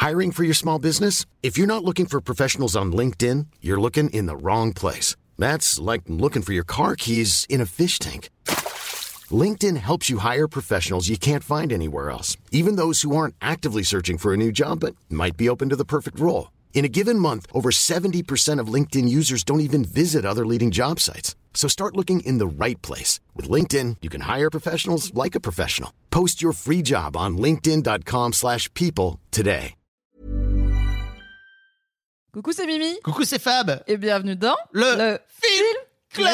Hiring for your small business? If you're not looking for professionals on LinkedIn, you're looking in the wrong place. That's like looking for your car keys in a fish tank. LinkedIn helps you hire professionals you can't find anywhere else, even those who aren't actively searching for a new job but might be open to the perfect role. In a given month, over 70% of LinkedIn users don't even visit other leading job sites. So start looking in the right place. With LinkedIn, you can hire professionals like a professional. Post your free job on linkedin.com/people today. Coucou, c'est Mimi. Coucou, c'est Fab. Et bienvenue dans le Film Club.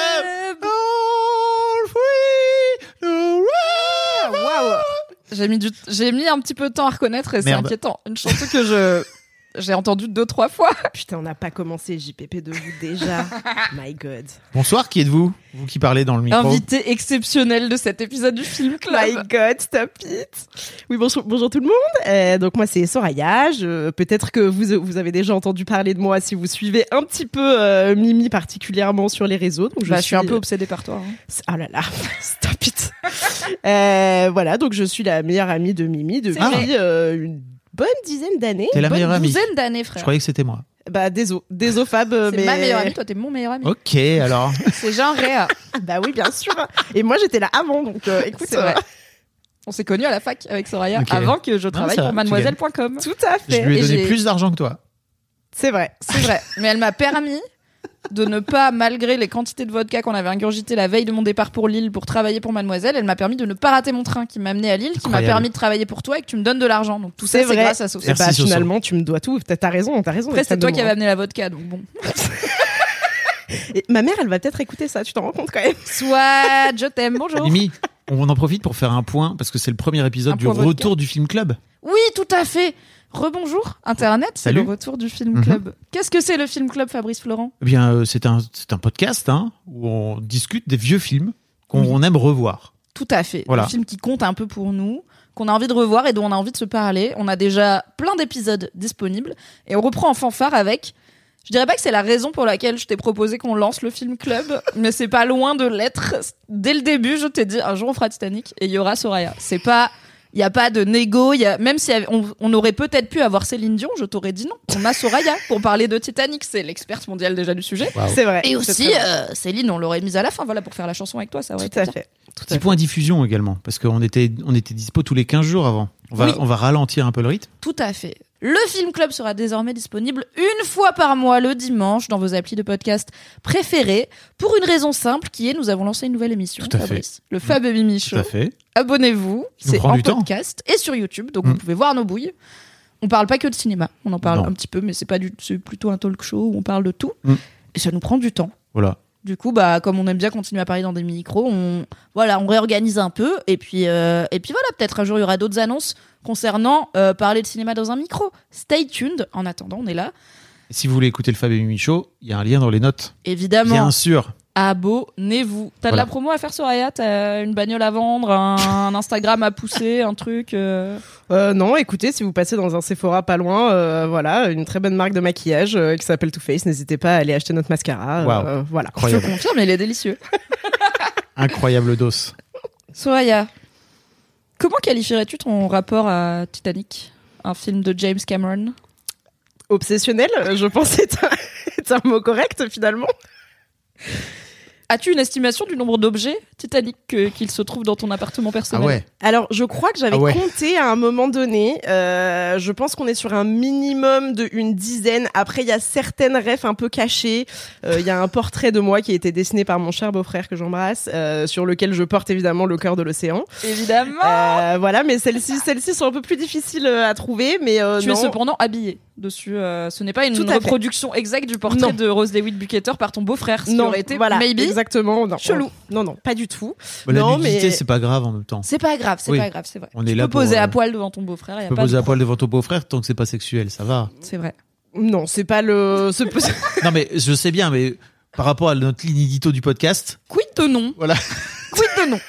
Waouh. J'ai mis un petit peu de temps à reconnaître et c'est inquiétant. Une chanson que j'ai entendue 2-3 fois. Putain, on n'a pas commencé JPP de vous déjà. My God. Bonsoir, qui êtes-vous? Vous qui parlez dans le micro. Invité exceptionnel de cet épisode du Film Club. My God, stop it. Oui, bonjour tout le monde. Donc moi c'est Soraya. Peut-être que vous avez déjà entendu parler de moi si vous suivez un petit peu Mimi particulièrement sur les réseaux. Donc je suis un peu obsédée par toi. Oh là là, stop it. Voilà, donc je suis la meilleure amie de Mimi depuis une bonne dizaine d'années. T'es la meilleure amie. Une douzaine d'années, frère. Je croyais que c'était moi. Bah désolé Fab, c'est mais ma meilleure amie, toi t'es mon meilleur ami. Ok, alors. C'est genre Réa. Bah oui, bien sûr. Et moi j'étais là avant, donc écoute. C'est vrai. On s'est connus à la fac avec Soraya avant que je travaille pour mademoiselle.com. Tout à fait. Je lui ai donné plus d'argent que toi. C'est vrai. Mais elle m'a permis de ne pas, malgré les quantités de vodka qu'on avait ingurgité la veille de mon départ pour Lille pour travailler pour Mademoiselle, elle m'a permis de ne pas rater mon train qui m'a amené à Lille, qui m'a permis de travailler pour toi et que tu me donnes de l'argent. Donc tout ça, c'est grâce à Soso. Bah, finalement, tu me dois tout. T'as raison. Après, c'est toi qui avais amené la vodka, donc bon. Et ma mère, elle va peut-être écouter ça, tu t'en rends compte quand même. Soit, je t'aime, bonjour. Mimi, on en profite pour faire un point, parce que c'est le premier épisode du retour du Film Club. Oui, tout à fait. Rebonjour, Internet, c'est le retour du Film Club. Qu'est-ce que c'est le Film Club, Fabrice Florent? Eh bien, c'est un podcast où on discute des vieux films qu'on aime revoir. Tout à fait. Voilà. Des films qui comptent un peu pour nous, qu'on a envie de revoir et dont on a envie de se parler. On a déjà plein d'épisodes disponibles et on reprend en fanfare avec... Je dirais pas que c'est la raison pour laquelle je t'ai proposé qu'on lance le Film Club, mais c'est pas loin de l'être. Dès le début, je t'ai dit un jour on fera Titanic et il y aura Soraya. C'est pas... Il n'y a pas de négo, même si on aurait peut-être pu avoir Céline Dion, je t'aurais dit non. On a Soraya pour parler de Titanic, c'est l'experte mondiale déjà du sujet. Wow. C'est vrai. Et aussi, Céline, on l'aurait mise à la fin, voilà, pour faire la chanson avec toi, ça aurait été bien. Petit point diffusion également, parce qu'on était dispo tous les 15 jours avant. On va ralentir un peu le rythme. Tout à fait. Le Film Club sera désormais disponible une fois par mois le dimanche dans vos applis de podcast préférés pour une raison simple qui est nous avons lancé une nouvelle émission, Fabrice. Le Fab et Mimi Show. Tout à fait. Abonnez-vous, c'est en podcast et sur YouTube, donc vous pouvez voir nos bouilles. On parle pas que de cinéma, on en parle un petit peu, mais c'est plutôt un talk show où on parle de tout. Et ça nous prend du temps. Voilà. Du coup, comme on aime bien continuer à parler dans des micros, on réorganise un peu. Et puis voilà, peut-être un jour il y aura d'autres annonces concernant parler de cinéma dans un micro. Stay tuned. En attendant, on est là. Et si vous voulez écouter le Fab et Mimi Show, il y a un lien dans les notes. Évidemment. Bien sûr. Abonnez-vous. T'as de la promo à faire, Soraya? T'as une bagnole à vendre, un Instagram à pousser, un truc Non, écoutez, si vous passez dans un Sephora pas loin, voilà, une très bonne marque de maquillage qui s'appelle Too Faced, n'hésitez pas à aller acheter notre mascara. Voilà. Incroyable. Je confirme, il est délicieux. Incroyable dos. Soraya, comment qualifierais-tu ton rapport à Titanic, un film de James Cameron? Obsessionnel, je pense, est un mot correct finalement. As-tu une estimation du nombre d'objets Titanic qu'il se trouve dans ton appartement personnel? Ah ouais. Alors, je crois que j'avais compté à un moment donné. Je pense qu'on est sur un minimum d'une dizaine. Après, il y a certaines refs un peu cachées. Il y a un portrait de moi qui a été dessiné par mon cher beau-frère que j'embrasse, sur lequel je porte évidemment le cœur de l'océan. Évidemment. Voilà, mais celles-ci sont un peu plus difficiles à trouver. Mais tu es cependant habillée dessus. Ce n'est pas une reproduction exacte du portrait de Rose Lewitt Bukater par ton beau-frère. Ce qui aurait été maybe exactement. Non. Chelou. Non, pas du tout. La nudité, c'est pas grave en même temps. C'est pas grave, c'est vrai. On tu est là peux poser à poil devant ton beau-frère. Tu peux poser à poil devant ton beau-frère tant que c'est pas sexuel, ça va. C'est vrai. Non, c'est pas le... Non mais je sais bien, mais par rapport à notre ligne édito du podcast... Quid de non. Voilà. Quid de non.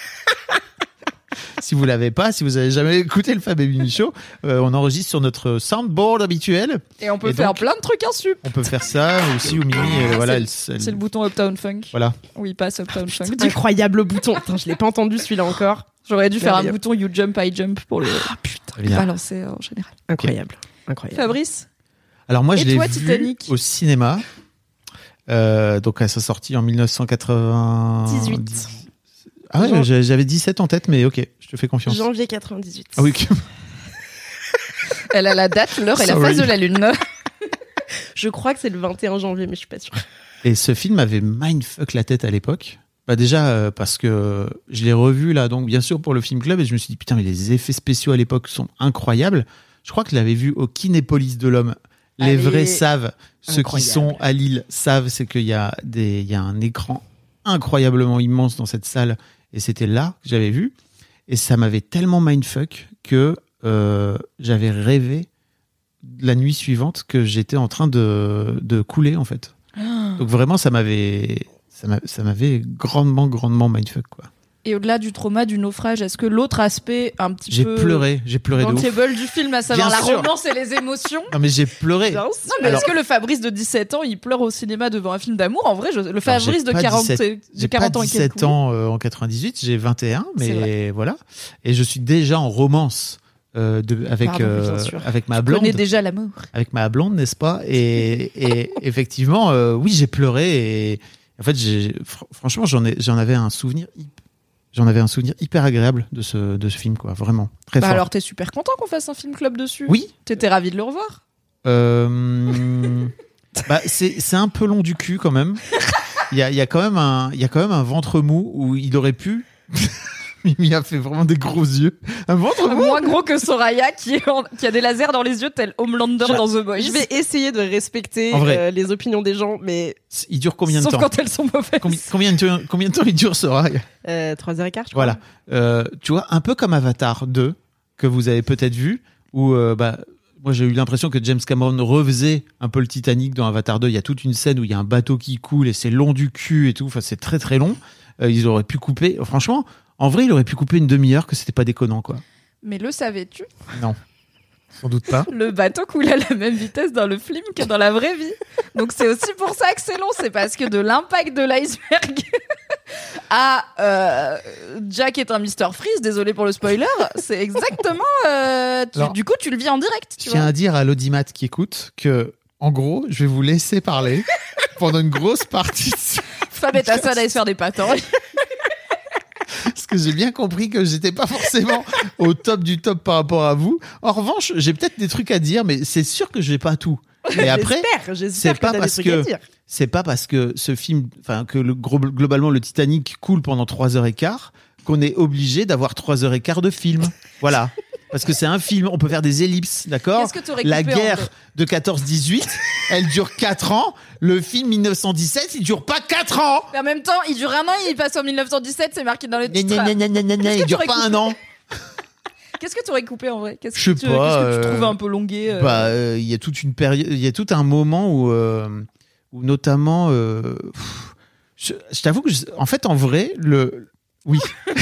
Si vous l'avez pas, si vous avez jamais écouté le Fab et Mimi Show, on enregistre sur notre soundboard habituel. Et on peut faire plein de trucs insup. On peut faire ça aussi où Mimi, voilà, c'est le bouton Uptown Funk. Voilà. Où il passe Uptown Funk. Incroyable bouton. Putain, je l'ai pas entendu celui-là encore. J'aurais dû faire un bouton You Jump, I Jump pour le bien. balancer en général. Incroyable. Incroyable. Fabrice. Alors moi, Et je l'ai toi, vu Titanic au cinéma. Donc à sa sortie en 1998. Ah ouais, Genre- j'avais 17 en tête, mais ok, je te fais confiance. Janvier 98. Ah oui, Elle a la date, l'heure et la Sorry. phase de la lune. Je crois que c'est le 21 janvier, mais je suis pas sûre. Et ce film avait mindfuck la tête à l'époque. Bah déjà parce que je l'ai revu là, donc bien sûr pour le film club, et je me suis dit putain mais les effets spéciaux à l'époque sont incroyables. Je crois que je l'avais vu au Kinépolis de l'Homme. Les Allez, vrais savent, ceux qui incroyable. sont à Lille savent, c'est qu'il y a un écran incroyablement immense dans cette salle, et c'était là que j'avais vu, et ça m'avait tellement mindfuck que j'avais rêvé la nuit suivante que j'étais en train de couler en fait. Donc vraiment ça m'avait grandement mindfuck quoi. Et au-delà du trauma du naufrage, est-ce que l'autre aspect un petit J'ai peu pleuré de ouf. bankable du film, à savoir Bien la sûr. romance et les émotions? Non mais j'ai pleuré. Bien sûr. Non, mais Alors- est-ce que le Fabrice de 17 ans, il pleure au cinéma devant un film d'amour? En vrai, le Fabrice j'ai de pas 40, 17 de J'ai 40 pas ans et quelques 17 ans en 98, j'ai 21, C'est mais voilà. Et je suis déjà en romance avec Pardon, bien sûr. avec ma Tu blonde, connais déjà l'amour. avec ma blonde, n'est-ce pas? Et effectivement, oui, j'ai pleuré et en fait, franchement, j'en avais un souvenir hyper agréable de ce film quoi, vraiment très Bah fort. alors, t'es super content qu'on fasse un film club dessus? Oui. T'étais ravi de le revoir? Bah, c'est un peu long du cul quand même. Il y a quand même un ventre mou où il aurait pu. Il a fait vraiment des gros yeux. Un ventre mou. Moins gros que Soraya qui a des lasers dans les yeux tel Homelander dans The Boys. Je vais essayer de respecter En vrai. les opinions des gens, mais Il dure combien de Sauf temps quand elles sont mauvaises. Combien de temps il dure ce rail 3h15, je crois. Voilà. Tu vois, un peu comme Avatar 2 que vous avez peut-être vu, où moi j'ai eu l'impression que James Cameron refaisait un peu le Titanic dans Avatar 2. Il y a toute une scène où il y a un bateau qui coule et c'est long du cul et tout. Enfin, c'est très très long. Ils auraient pu couper. Franchement, en vrai, il aurait pu couper une demi-heure, que c'était pas déconnant, quoi. Mais le savais-tu? Non, sans doute pas. Le bateau coule à la même vitesse dans le film que dans la vraie vie. Donc c'est aussi pour ça que c'est long. C'est parce que de l'impact de l'iceberg à Jack est un Mr. Freeze, désolé pour le spoiler, c'est exactement... Alors, du coup, tu le vis en direct, Je tu tiens vois. à dire à l'audimat qui écoute que, en gros, je vais vous laisser parler pendant une grosse partie de ce- Fab et ta sœur d'aller se faire des patins. parce que j'ai bien compris que j'étais pas forcément au top du top par rapport à vous. En revanche, j'ai peut-être des trucs à dire, mais c'est sûr que je vais pas tout. Et après, J'espère c'est que pas t'as des parce trucs à que dire. c'est pas parce que ce film, enfin que globalement le Titanic coule pendant 3h15 qu'on est obligé d'avoir 3h15 de film. Voilà. Parce que c'est un film, on peut faire des ellipses, d'accord? Qu'est-ce que t'aurais La coupé en guerre vrai de 14-18, elle dure 4 ans. Le film 1917, il dure pas 4 ans. Mais en même temps, il dure un an, il passe en 1917, c'est marqué dans le titre. Il dure t'aurais pas un coupé an. Qu'est-ce que tu aurais coupé en vrai? Qu'est-ce Je que sais pas, qu'est-ce que tu trouves un peu longué Il y a toute une période, il y a tout un moment où notamment, je t'avoue que, en fait, en vrai, oui.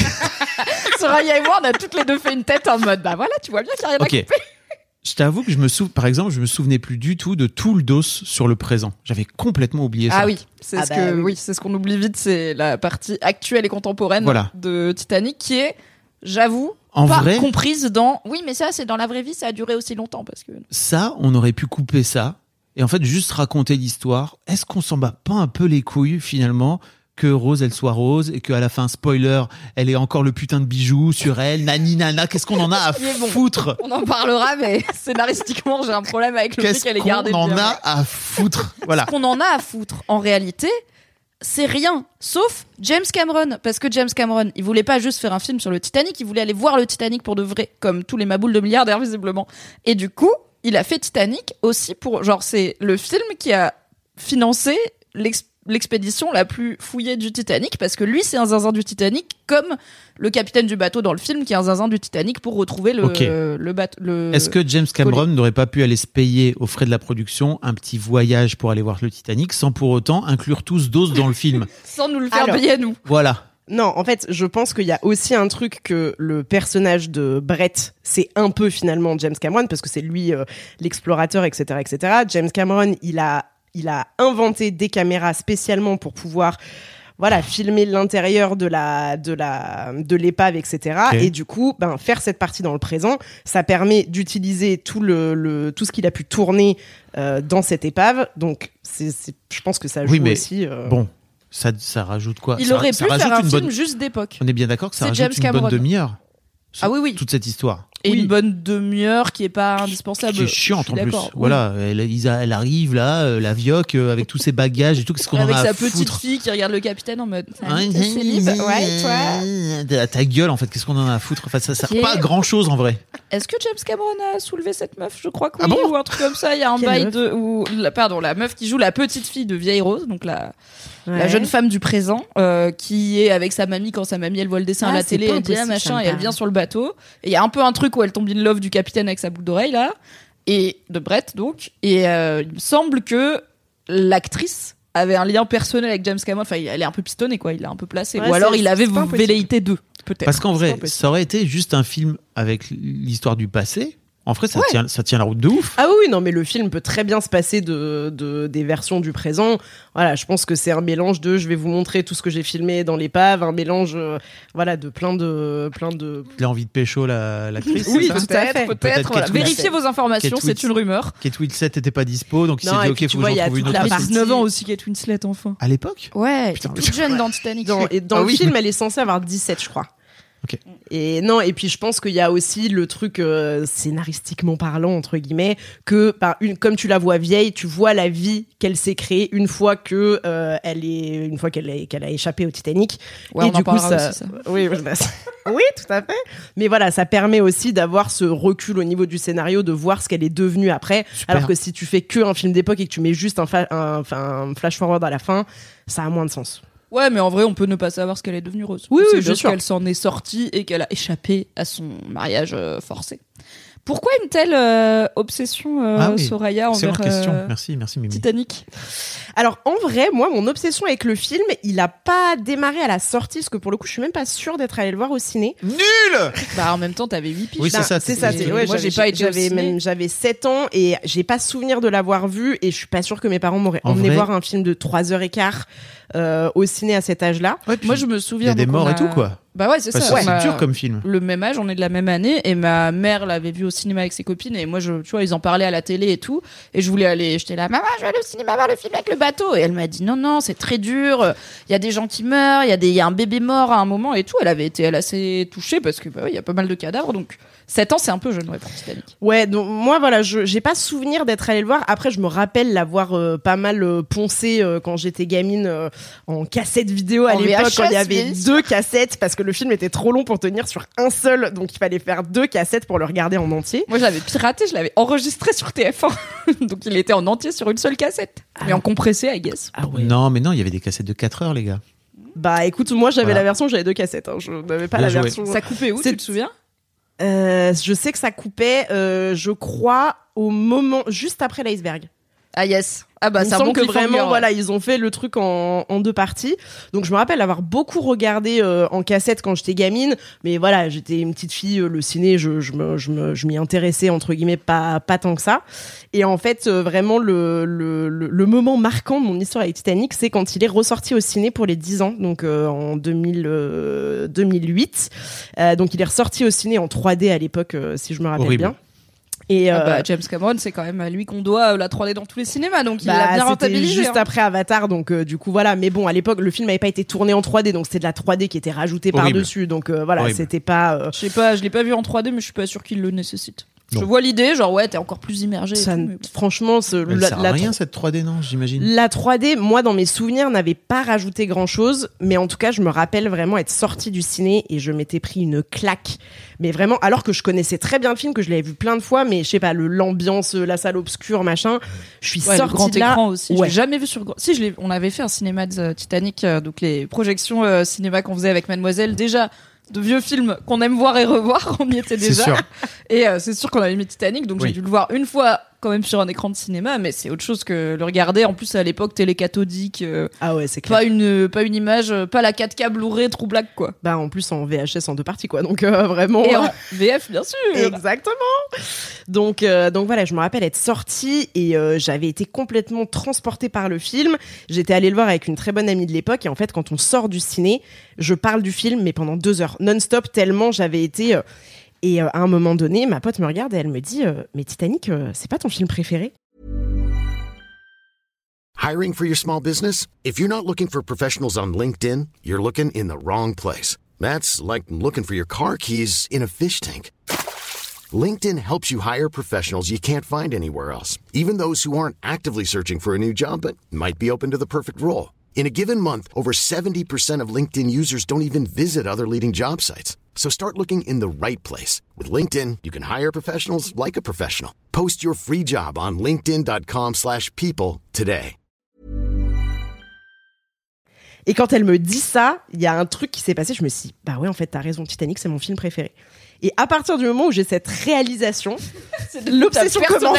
Soraya et moi, on a toutes les deux fait une tête en mode bah voilà, tu vois bien qu'il n'y a rien Ok. à couper. Je t'avoue que par exemple, je me souvenais plus du tout de tout le dos sur le présent. J'avais complètement oublié ça. Ah oui, c'est Ah ce bah que oui. oui, c'est ce qu'on oublie vite, c'est la partie actuelle et contemporaine Voilà. de Titanic qui est, j'avoue, En pas vrai, comprise dans oui, mais ça c'est dans la vraie vie, ça a duré aussi longtemps parce que ça, on aurait pu couper ça et en fait juste raconter l'histoire. Est-ce qu'on s'en bat pas un peu les couilles finalement que Rose elle soit Rose et qu'à la fin spoiler, elle ait encore le putain de bijou sur elle, nani nana, qu'est-ce qu'on en a à Mais bon. foutre? on en parlera, mais scénaristiquement, j'ai un problème avec le fait Qu'est-ce qu'elle est gardée. qu'on en bien. a à foutre? Voilà. Ce qu'on en a à foutre, en réalité, c'est rien, sauf James Cameron. Parce que James Cameron, il voulait pas juste faire un film sur le Titanic, il voulait aller voir le Titanic pour de vrai, comme tous les maboules de milliardaires, visiblement. Et du coup, il a fait Titanic aussi pour... Genre, c'est le film qui a financé l'expédition la plus fouillée du Titanic, parce que lui, c'est un zinzin du Titanic, comme le capitaine du bateau dans le film, qui est un zinzin du Titanic pour retrouver le, Ok. le bateau. Est-ce que James Cameron n'aurait pas pu aller se payer aux frais de la production un petit voyage pour aller voir le Titanic sans pour autant inclure tous doses dans le film? Sans nous le faire Alors. payer à nous. Voilà. Non, en fait, je pense qu'il y a aussi un truc que le personnage de Brett, c'est un peu finalement James Cameron, parce que c'est lui l'explorateur, etc., etc. James Cameron, il a inventé des caméras spécialement pour pouvoir voilà, filmer l'intérieur de l'épave, etc. Okay. Et du coup, faire cette partie dans le présent, ça permet d'utiliser tout ce qu'il a pu tourner dans cette épave. Donc, je pense que ça joue aussi. Bon, ça rajoute quoi? Il aurait pu faire un film juste d'époque. On est bien d'accord que ça rajoute une bonne demi-heure. Ah oui. Toute cette histoire. Et une bonne demi-heure qui est pas indispensable. Qui est chiante en plus. Oui. Voilà, elle arrive là, la vioque, avec tous ses bagages et tout. Qu'est-ce qu'on en a à avec sa foutre? petite fille qui regarde le capitaine en mode. Ouais, ta gueule en fait, qu'est-ce qu'on en a à foutre? Enfin, ça sert pas à grand chose en vrai. Est-ce que James Cameron a soulevé cette meuf? Je crois que oui, Ah bon ou un truc comme ça. Il y a un bail la meuf qui joue la petite fille de Vieille Rose, donc la jeune femme du présent, qui est avec sa mamie quand sa mamie elle voit le dessin à la télé, elle dit machin, et elle vient sur le bateau. Et il y a un peu un truc où elle tombe in love du capitaine avec sa boucle d'oreille là, et de Brett donc. Et il me semble que l'actrice avait un lien personnel avec James Cameron. Enfin, elle est un peu pistonnée quoi, il l'a un peu placé. Ou alors il avait velléité d'eux. Peut-être. Parce qu'en vrai, ça aurait été juste un film avec l'histoire du passé. En vrai, ça tient la route de ouf. Ah oui, non, mais le film peut très bien se passer des versions du présent. Voilà, je pense que c'est un mélange je vais vous montrer tout ce que j'ai filmé dans l'épave, un mélange, de plein de. Il a envie de pécho l'actrice. Oui, c'est ça peut-être. Voilà. Vérifiez vos informations, c'est une rumeur. Kate Winslet était pas dispo, donc il s'est dit ok, faut que j'en trouve une autre. Elle a 19 ans aussi, Kate Winslet, enfin. À l'époque? Ouais, elle était toute jeune dans Titanic. Dans le film, elle est censée avoir 17, je crois. Okay. Et puis je pense qu'il y a aussi le truc scénaristiquement parlant entre guillemets que comme tu la vois vieille, tu vois la vie qu'elle s'est créée une fois qu'elle a échappé au Titanic. Ouais, et du coup ça... oui, oui, tout à fait. Mais voilà, ça permet aussi d'avoir ce recul au niveau du scénario, de voir ce qu'elle est devenue après. Super. Alors que si tu fais que un film d'époque et que tu mets juste un flash forward à la fin, ça a moins de sens. Ouais, mais en vrai, on peut ne pas savoir ce qu'elle est devenue, Rose. Oui, c'est bien juste sûr qu'elle s'en est sortie et qu'elle a échappé à son mariage forcé. Pourquoi une telle obsession, Soraya, envers Merci, Mimi. Titanic? Alors, en vrai, moi, mon obsession avec le film, il a pas démarré à la sortie, parce que pour le coup, je suis même pas sûre d'être allée le voir au ciné. Nul! En même temps, t'avais 8 piges. Oui, c'est ça. Ouais, moi, j'ai pas été au ciné. J'avais 7 ans et j'ai pas souvenir de l'avoir vu, et je suis pas sûre que mes parents m'auraient emmené voir un film de 3h15 au ciné à cet âge-là. Ouais, moi, je me souviens. Il y a des morts et tout, quoi. Bah ouais, c'est ça. C'est dur comme film. Le même âge, on est de la même année, et ma mère l'avait vu au cinéma avec ses copines, et moi, tu vois, ils en parlaient à la télé et tout, et je voulais aller, j'étais là, maman, je vais aller au cinéma voir le film avec le bateau, et elle m'a dit non, c'est très dur, il y a des gens qui meurent, il y a un bébé mort à un moment et tout. Elle avait été assez touchée parce que il y a pas mal de cadavres, donc 7 ans, c'est un peu jeune, pour Titanic. Ouais, donc moi, voilà, j'ai pas souvenir d'être allée le voir. Après, je me rappelle l'avoir pas mal poncé quand j'étais gamine en cassette vidéo à l'époque, VHS, quand il y avait 2 cassettes, parce que le film était trop long pour tenir sur un seul, donc il fallait faire 2 cassettes pour le regarder en entier. Moi, je l'avais piraté, je l'avais enregistré sur TF1, donc il était en entier sur une seule cassette, mais en compressé, I guess. Ah ouais. Non, il y avait des cassettes de 4 heures, les gars. Bah écoute, moi j'avais la version, j'avais 2 cassettes, hein. Je n'avais pas la version. Ça coupait où, tu te souviens? Je sais que ça coupait, je crois, au moment juste après l'iceberg. Ah yes. Ah bah ça montre que vraiment voilà, ils ont fait le truc en 2 parties. Donc je me rappelle avoir beaucoup regardé en cassette quand j'étais gamine, mais voilà, j'étais une petite fille, le ciné, je m'y intéressais entre guillemets pas tant que ça. Et en fait, vraiment le moment marquant de mon histoire avec Titanic, c'est quand il est ressorti au ciné pour les 10 ans, donc en 2008. Donc il est ressorti au ciné en 3D à l'époque, si je me rappelle bien. Et James Cameron, c'est quand même à lui qu'on doit la 3D dans tous les cinémas, donc il l'a bien rentabilisé. Juste après Avatar, donc du coup voilà. Mais bon, à l'époque, le film n'avait pas été tourné en 3D, donc c'était de la 3D qui était rajoutée par-dessus. Donc voilà, c'était pas. Je sais pas, je l'ai pas vu en 3D, mais je suis pas sûre qu'il le nécessite. Je vois l'idée, genre ouais, t'es encore plus immergé. Franchement, elle sert à rien cette 3D, non, j'imagine. La 3D, moi dans mes souvenirs, n'avait pas rajouté grand chose, mais en tout cas, je me rappelle vraiment être sortie du ciné et je m'étais pris une claque. Mais vraiment, alors que je connaissais très bien le film, que je l'avais vu plein de fois, mais je sais pas, l'ambiance, la salle obscure, machin. Je suis sortie le grand de là. Écran aussi. Je l'ai jamais vu sur. Si, on avait fait un cinéma de Titanic, donc les projections cinéma qu'on faisait avec Mademoiselle, déjà. De vieux films qu'on aime voir et revoir, on y était déjà. C'est sûr. Et c'est sûr qu'on avait mis Titanic, donc j'ai dû le voir une fois quand même sur un écran de cinéma, mais c'est autre chose que le regarder. En plus, à l'époque, télé cathodique. Ah ouais, c'est clair. Pas une image, pas la 4K Blu-ray True Black, quoi. Bah, en plus, en VHS en 2 parties, quoi. Donc, vraiment. Et en VF, bien sûr. Exactement. Donc voilà, je me rappelle être sortie et j'avais été complètement transportée par le film. J'étais allée le voir avec une très bonne amie de l'époque et en fait, quand on sort du ciné, je parle du film, mais pendant 2 heures, non-stop, tellement j'avais été... Et à un moment donné, ma pote me regarde et elle me dit mais Titanic, c'est pas ton film préféré? Hiring for your small business? If you're not looking for professionals on LinkedIn, you're looking in the wrong place. That's like looking for your car keys in a fish tank. LinkedIn helps you hire professionals you can't find anywhere else, even those who aren't actively searching for a new job but might be open to the perfect role. In a given month, over 70% of LinkedIn users don't even visit other leading job sites. So start looking in the right place. With LinkedIn, you can hire professionals like a professional. Post your free job on linkedin.com/people today. Et quand elle me dit ça, il y a un truc qui s'est passé, je me suis dit, bah ouais, en fait, t'as raison, Titanic, c'est mon film préféré. Et à partir du moment où j'ai cette réalisation, l'obsession commence.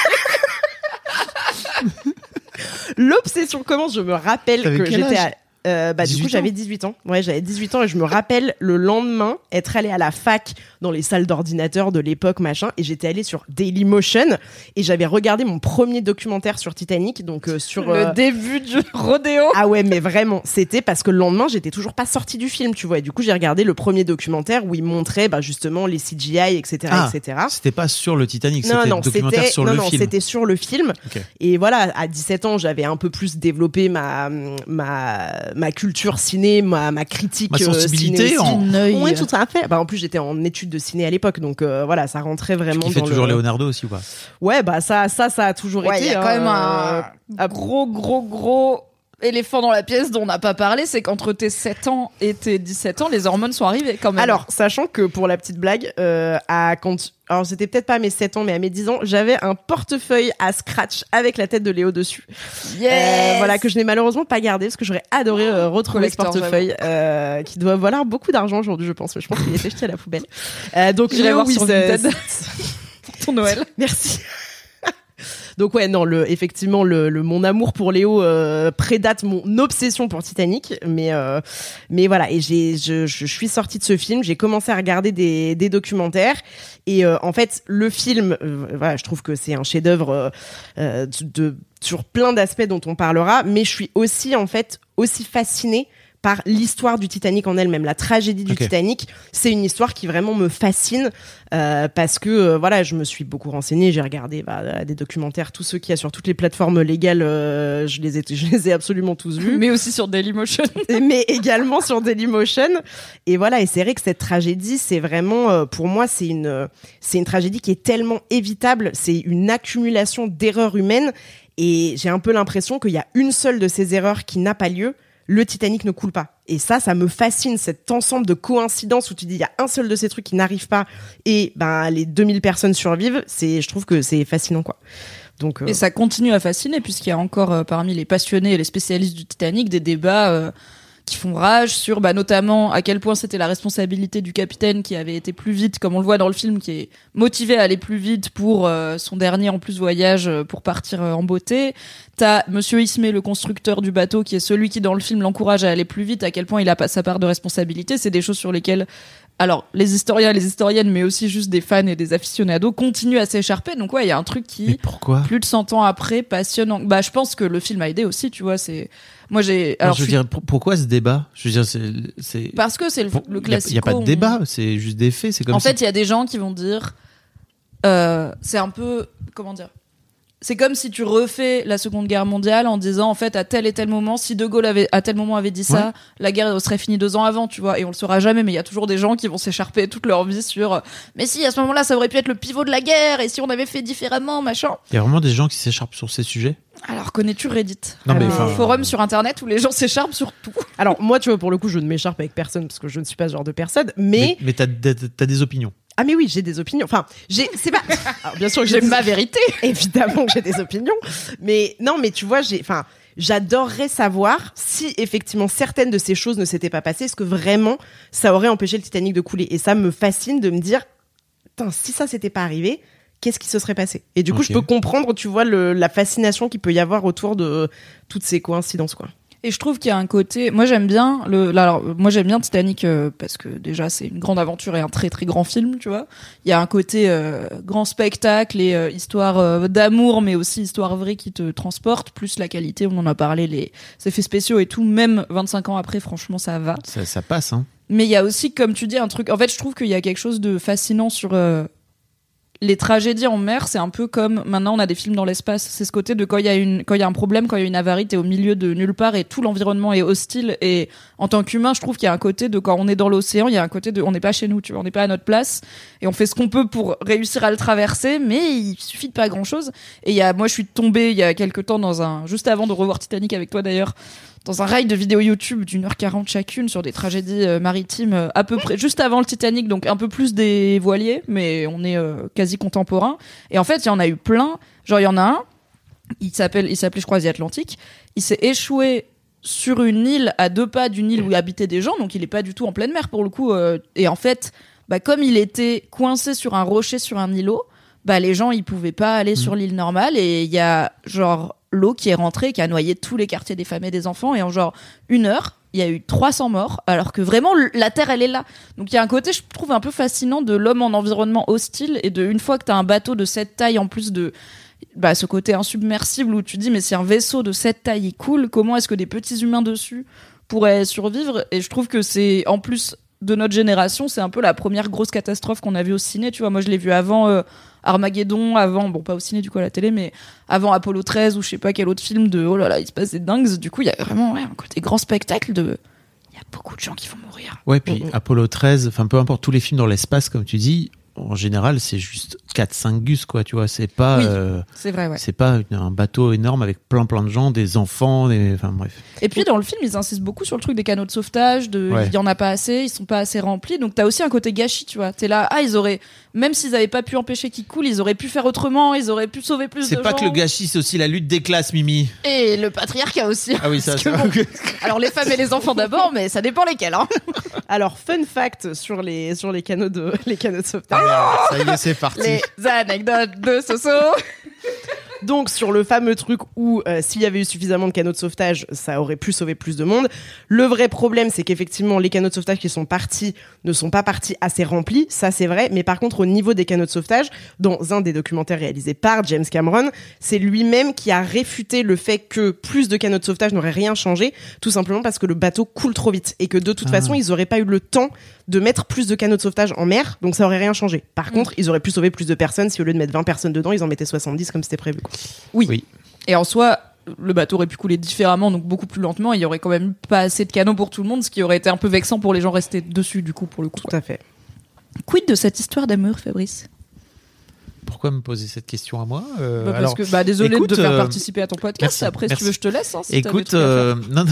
L'obsession commence, je me rappelle que j'étais du coup j'avais 18 ans. Ouais, j'avais 18 ans et je me rappelle le lendemain être allée à la fac dans les salles d'ordinateur de l'époque machin et j'étais allée sur Dailymotion et j'avais regardé mon premier documentaire sur Titanic donc sur le début du rodéo. Ah ouais, mais vraiment, c'était parce que le lendemain, j'étais toujours pas sortie du film, tu vois. Et du coup, j'ai regardé le premier documentaire où il montrait justement les CGI, etc., etc. C'était pas sur le Titanic, c'était un documentaire sur le film. Non, c'était sur le film. Okay. Et voilà, à 17 ans, j'avais un peu plus développé ma culture ciné, ma critique, ma sensibilité ciné. Oui, tout à fait. En plus, j'étais en études de ciné à l'époque, donc voilà, ça rentrait vraiment dans le... Tu kiffais toujours Leonardo aussi ou pas? Ouais, ça a toujours été. Il y a quand même un gros éléphant dans la pièce dont on n'a pas parlé, c'est qu'entre tes 7 ans et tes 17 ans, les hormones sont arrivées quand même. Alors, sachant que pour la petite blague, alors c'était peut-être pas à mes 7 ans, mais à mes 10 ans, j'avais un portefeuille à scratch avec la tête de Léo dessus. Yes voilà, que je n'ai malheureusement pas gardé, parce que j'aurais adoré retrouver ce portefeuille, qui doit valoir beaucoup d'argent aujourd'hui, je pense, mais je pense qu'il était jeté à la poubelle. Donc, j'irai voir sur Vinted pour ton Noël. Merci. Donc ouais, non, effectivement, mon amour pour Léo prédate mon obsession pour Titanic, mais voilà. Et je suis sortie de ce film, j'ai commencé à regarder des documentaires, et en fait, le film, voilà, je trouve que c'est un chef-d'œuvre sur plein d'aspects dont on parlera, mais je suis aussi fascinée par l'histoire du Titanic en elle-même, la tragédie du Titanic. C'est une histoire qui vraiment me fascine parce que voilà, je me suis beaucoup renseignée, j'ai regardé des documentaires, tous ceux qu'il y a sur toutes les plateformes légales, je les ai absolument tous vus. Mais aussi sur Dailymotion. Mais également sur Dailymotion. Et voilà, et c'est vrai que cette tragédie, c'est vraiment, pour moi, c'est une tragédie qui est tellement évitable, c'est une accumulation d'erreurs humaines, et j'ai un peu l'impression qu'il y a une seule de ces erreurs qui n'a pas lieu. Le Titanic ne coule pas. Et ça me fascine, cet ensemble de coïncidences où tu dis, il y a un seul de ces trucs qui n'arrive pas et les 2000 personnes survivent. Je trouve que c'est fascinant, quoi. Donc, Et ça continue à fasciner puisqu'il y a encore parmi les passionnés et les spécialistes du Titanic des débats qui font rage sur notamment à quel point c'était la responsabilité du capitaine qui avait été plus vite, comme on le voit dans le film, qui est motivé à aller plus vite pour son dernier en plus voyage pour partir en beauté. T'as Monsieur Ismay, le constructeur du bateau, qui est celui qui dans le film l'encourage à aller plus vite, à quel point il a pas sa part de responsabilité. C'est des choses sur lesquelles les historiens, les historiennes, mais aussi juste des fans et des aficionados continuent à s'écharper. Donc ouais, il y a un truc qui, plus de 100 ans après, passionnant. Je pense que le film a aidé aussi, tu vois, moi j'ai... Alors je veux dire, pourquoi ce débat? Je veux dire, c'est... Parce que c'est le classique. Il n'y a pas de débat, c'est juste des faits. C'est comme en fait, il y a des gens qui vont dire... c'est un peu... Comment dire? C'est comme si tu refais la Seconde Guerre mondiale en disant, en fait, à tel et tel moment, si De Gaulle à tel moment avait dit ça, la guerre serait finie 2 ans avant, tu vois, et on le saura jamais, mais il y a toujours des gens qui vont s'écharper toute leur vie sur, mais si, à ce moment-là, ça aurait pu être le pivot de la guerre, et si on avait fait différemment, machin. Il y a vraiment des gens qui s'écharpent sur ces sujets? Alors, connais-tu Reddit? Non, mais forum sur Internet où les gens s'écharpent sur tout. Alors, moi, tu vois, pour le coup, je ne m'écharpe avec personne, parce que je ne suis pas ce genre de personne, mais t'as des opinions. Ah mais oui, j'ai des opinions. Enfin, c'est pas. Alors, bien sûr que j'ai ma vérité. Évidemment que j'ai des opinions, mais non, mais tu vois, j'adorerais savoir si effectivement certaines de ces choses ne s'étaient pas passées, est-ce que vraiment ça aurait empêché le Titanic de couler? Et ça me fascine de me dire, si ça s'était pas arrivé, qu'est-ce qui se serait passé. Et du coup, Ok. je peux comprendre, tu vois, la fascination qu'il peut y avoir autour de toutes ces coïncidences, quoi. Et je trouve qu'il y a un côté, moi j'aime bien moi j'aime bien Titanic parce que déjà c'est une grande aventure et un très très grand film, tu vois. Il y a un côté grand spectacle et histoire d'amour, mais aussi histoire vraie qui te transporte, plus la qualité, on en a parlé, les effets spéciaux et tout, même 25 ans après, franchement ça va. Ça passe, hein. Mais il y a aussi, comme tu dis, un truc. En fait, je trouve qu'il y a quelque chose de fascinant sur les tragédies en mer. C'est un peu comme maintenant on a des films dans l'espace. C'est ce côté de quand il y a un problème, quand il y a une avarie, t'es au milieu de nulle part et tout l'environnement est hostile. Et en tant qu'humain, je trouve qu'il y a un côté de quand on est dans l'océan, il y a un côté de on n'est pas chez nous, tu vois, on n'est pas à notre place et on fait ce qu'on peut pour réussir à le traverser, mais il suffit de pas grand chose. Et moi, je suis tombée il y a quelques temps juste avant de revoir Titanic avec toi d'ailleurs, dans un rail de vidéos YouTube d'1h40 chacune sur des tragédies maritimes à peu près juste avant le Titanic, donc un peu plus des voiliers, mais on est quasi contemporain. Et en fait, il y en a eu plein. Genre, il y en a un, il s'appelait, je crois, The Atlantic. Il s'est échoué sur une île à 2 pas d'une île où habitaient des gens, donc il est pas du tout en pleine mer pour le coup. Et en fait, comme il était coincé sur un rocher, sur un îlot, les gens ils pouvaient pas aller sur l'île normale et il y a genre l'eau qui est rentrée, qui a noyé tous les quartiers des femmes et des enfants, et en genre 1 heure, il y a eu 300 morts, alors que vraiment, la Terre, elle est là. Donc il y a un côté, je trouve, un peu fascinant de l'homme en environnement hostile, et une fois que t'as un bateau de cette taille, en plus de ce côté insubmersible, où tu dis, mais si un vaisseau de cette taille il coule, comment est-ce que des petits humains dessus pourraient survivre? Et je trouve que c'est, en plus de notre génération, c'est un peu la première grosse catastrophe qu'on a vue au ciné, tu vois. Moi, je l'ai vu avant Armageddon, avant, pas au ciné du coup à la télé, mais avant Apollo 13 ou je sais pas quel autre film de oh là là, il se passe des dingues. Du coup, il y a vraiment un côté grand spectacle il y a beaucoup de gens qui vont mourir. Ouais, puis Apollo 13, enfin peu importe, tous les films dans l'espace, comme tu dis, en général, c'est juste 4-5 gus, quoi, tu vois. C'est pas, c'est vrai, ouais. C'est pas un bateau énorme avec plein de gens, des enfants, enfin bref. Et puis dans le film, ils insistent beaucoup sur le truc des canaux de sauvetage, il y en a pas assez, ils sont pas assez remplis. Donc t'as aussi un côté gâchis, tu vois. T'es là, ils auraient, même s'ils avaient pas pu empêcher qu'ils coulent, ils auraient pu faire autrement, ils auraient pu sauver plus de gens. C'est pas que le gâchis, c'est aussi la lutte des classes, Mimi. Et le patriarcat aussi. Ah oui, ça. Alors les femmes et les enfants d'abord, mais ça dépend lesquels. Hein. Alors fun fact sur les canaux de sauvetage. Ça y est, c'est parti. Les anecdotes de Soso. Donc sur le fameux truc où s'il y avait eu suffisamment de canaux de sauvetage, ça aurait pu sauver plus de monde. Le vrai problème, c'est qu'effectivement les canaux de sauvetage qui sont partis ne sont pas partis assez remplis, ça c'est vrai. Mais par contre au niveau des canaux de sauvetage, dans un des documentaires réalisés par James Cameron, c'est lui-même qui a réfuté le fait que plus de canaux de sauvetage n'auraient rien changé, tout simplement parce que le bateau coule trop vite et que de toute façon ils auraient pas eu le temps de mettre plus de canaux de sauvetage en mer, donc ça aurait rien changé. Par contre, ils auraient pu sauver plus de personnes si au lieu de mettre 20 personnes dedans, ils en mettaient 70 comme c'était prévu. Oui. Et en soi, le bateau aurait pu couler différemment, donc beaucoup plus lentement. Il y aurait quand même pas assez de canaux pour tout le monde, ce qui aurait été un peu vexant pour les gens restés dessus, du coup, pour le coup. Tout à fait. Quid de cette histoire d'amour, Fabrice? Pourquoi me poser cette question à moi parce que, désolé de te faire participer à ton podcast. Merci, Après, si tu veux, je te laisse. Hein, si écoute, non.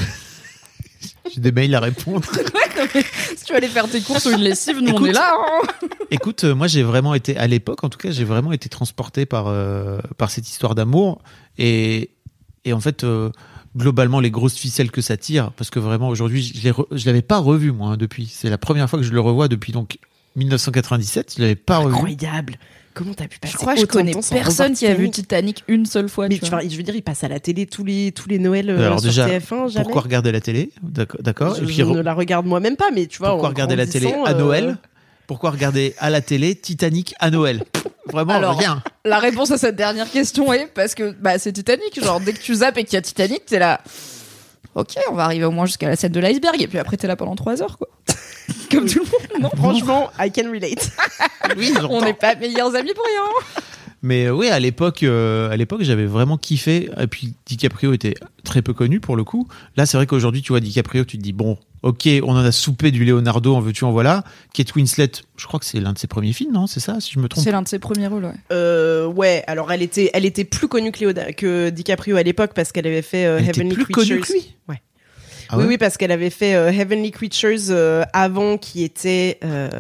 J'ai des mails à répondre. Si tu veux aller faire tes courses ou une lessive, nous on est là. Hein. Écoute, moi j'ai vraiment été, à l'époque en tout cas, j'ai vraiment été transporté par cette histoire d'amour et en fait, globalement les grosses ficelles que ça tire, parce que vraiment aujourd'hui, je l'avais pas revu moi hein, depuis. C'est la première fois que je le revois depuis donc 1997. Je l'avais pas revu. Incroyable. Comment t'as pu passer? Je crois que je connais personne qui a vu Titanic une seule fois. Mais je veux dire, il passe à la télé tous les Noëls alors sur déjà, TF1. Jamais. Pourquoi regarder la télé? D'accord. Je ne la regarde moi-même pas, mais tu vois. Pourquoi regarder la télé à Noël? Pourquoi regarder à la télé Titanic à Noël? Vraiment, alors, rien. La réponse à cette dernière question est parce que c'est Titanic. Genre, dès que tu zappes et qu'il y a Titanic, t'es là. Ok, on va arriver au moins jusqu'à la scène de l'iceberg et puis après t'es là pendant 3 heures, quoi. Comme tout le monde, non? Franchement, I can relate. Oui, on n'est pas meilleurs amis pour rien. Mais oui, à l'époque, j'avais vraiment kiffé. Et puis DiCaprio était très peu connu pour le coup. Là, c'est vrai qu'aujourd'hui, tu vois DiCaprio, tu te dis bon, ok, on en a soupé du Leonardo, en veux-tu, en voilà. Kate Winslet, je crois que c'est l'un de ses premiers films, non? C'est ça, si je me trompe? C'est l'un de ses premiers rôles, ouais. Ouais. Alors, elle était plus connue que DiCaprio à l'époque parce qu'elle avait fait Heavenly Creatures. Plus connue que lui. Ouais. Ah ouais Oui, parce qu'elle avait fait Heavenly Creatures avant, qui était...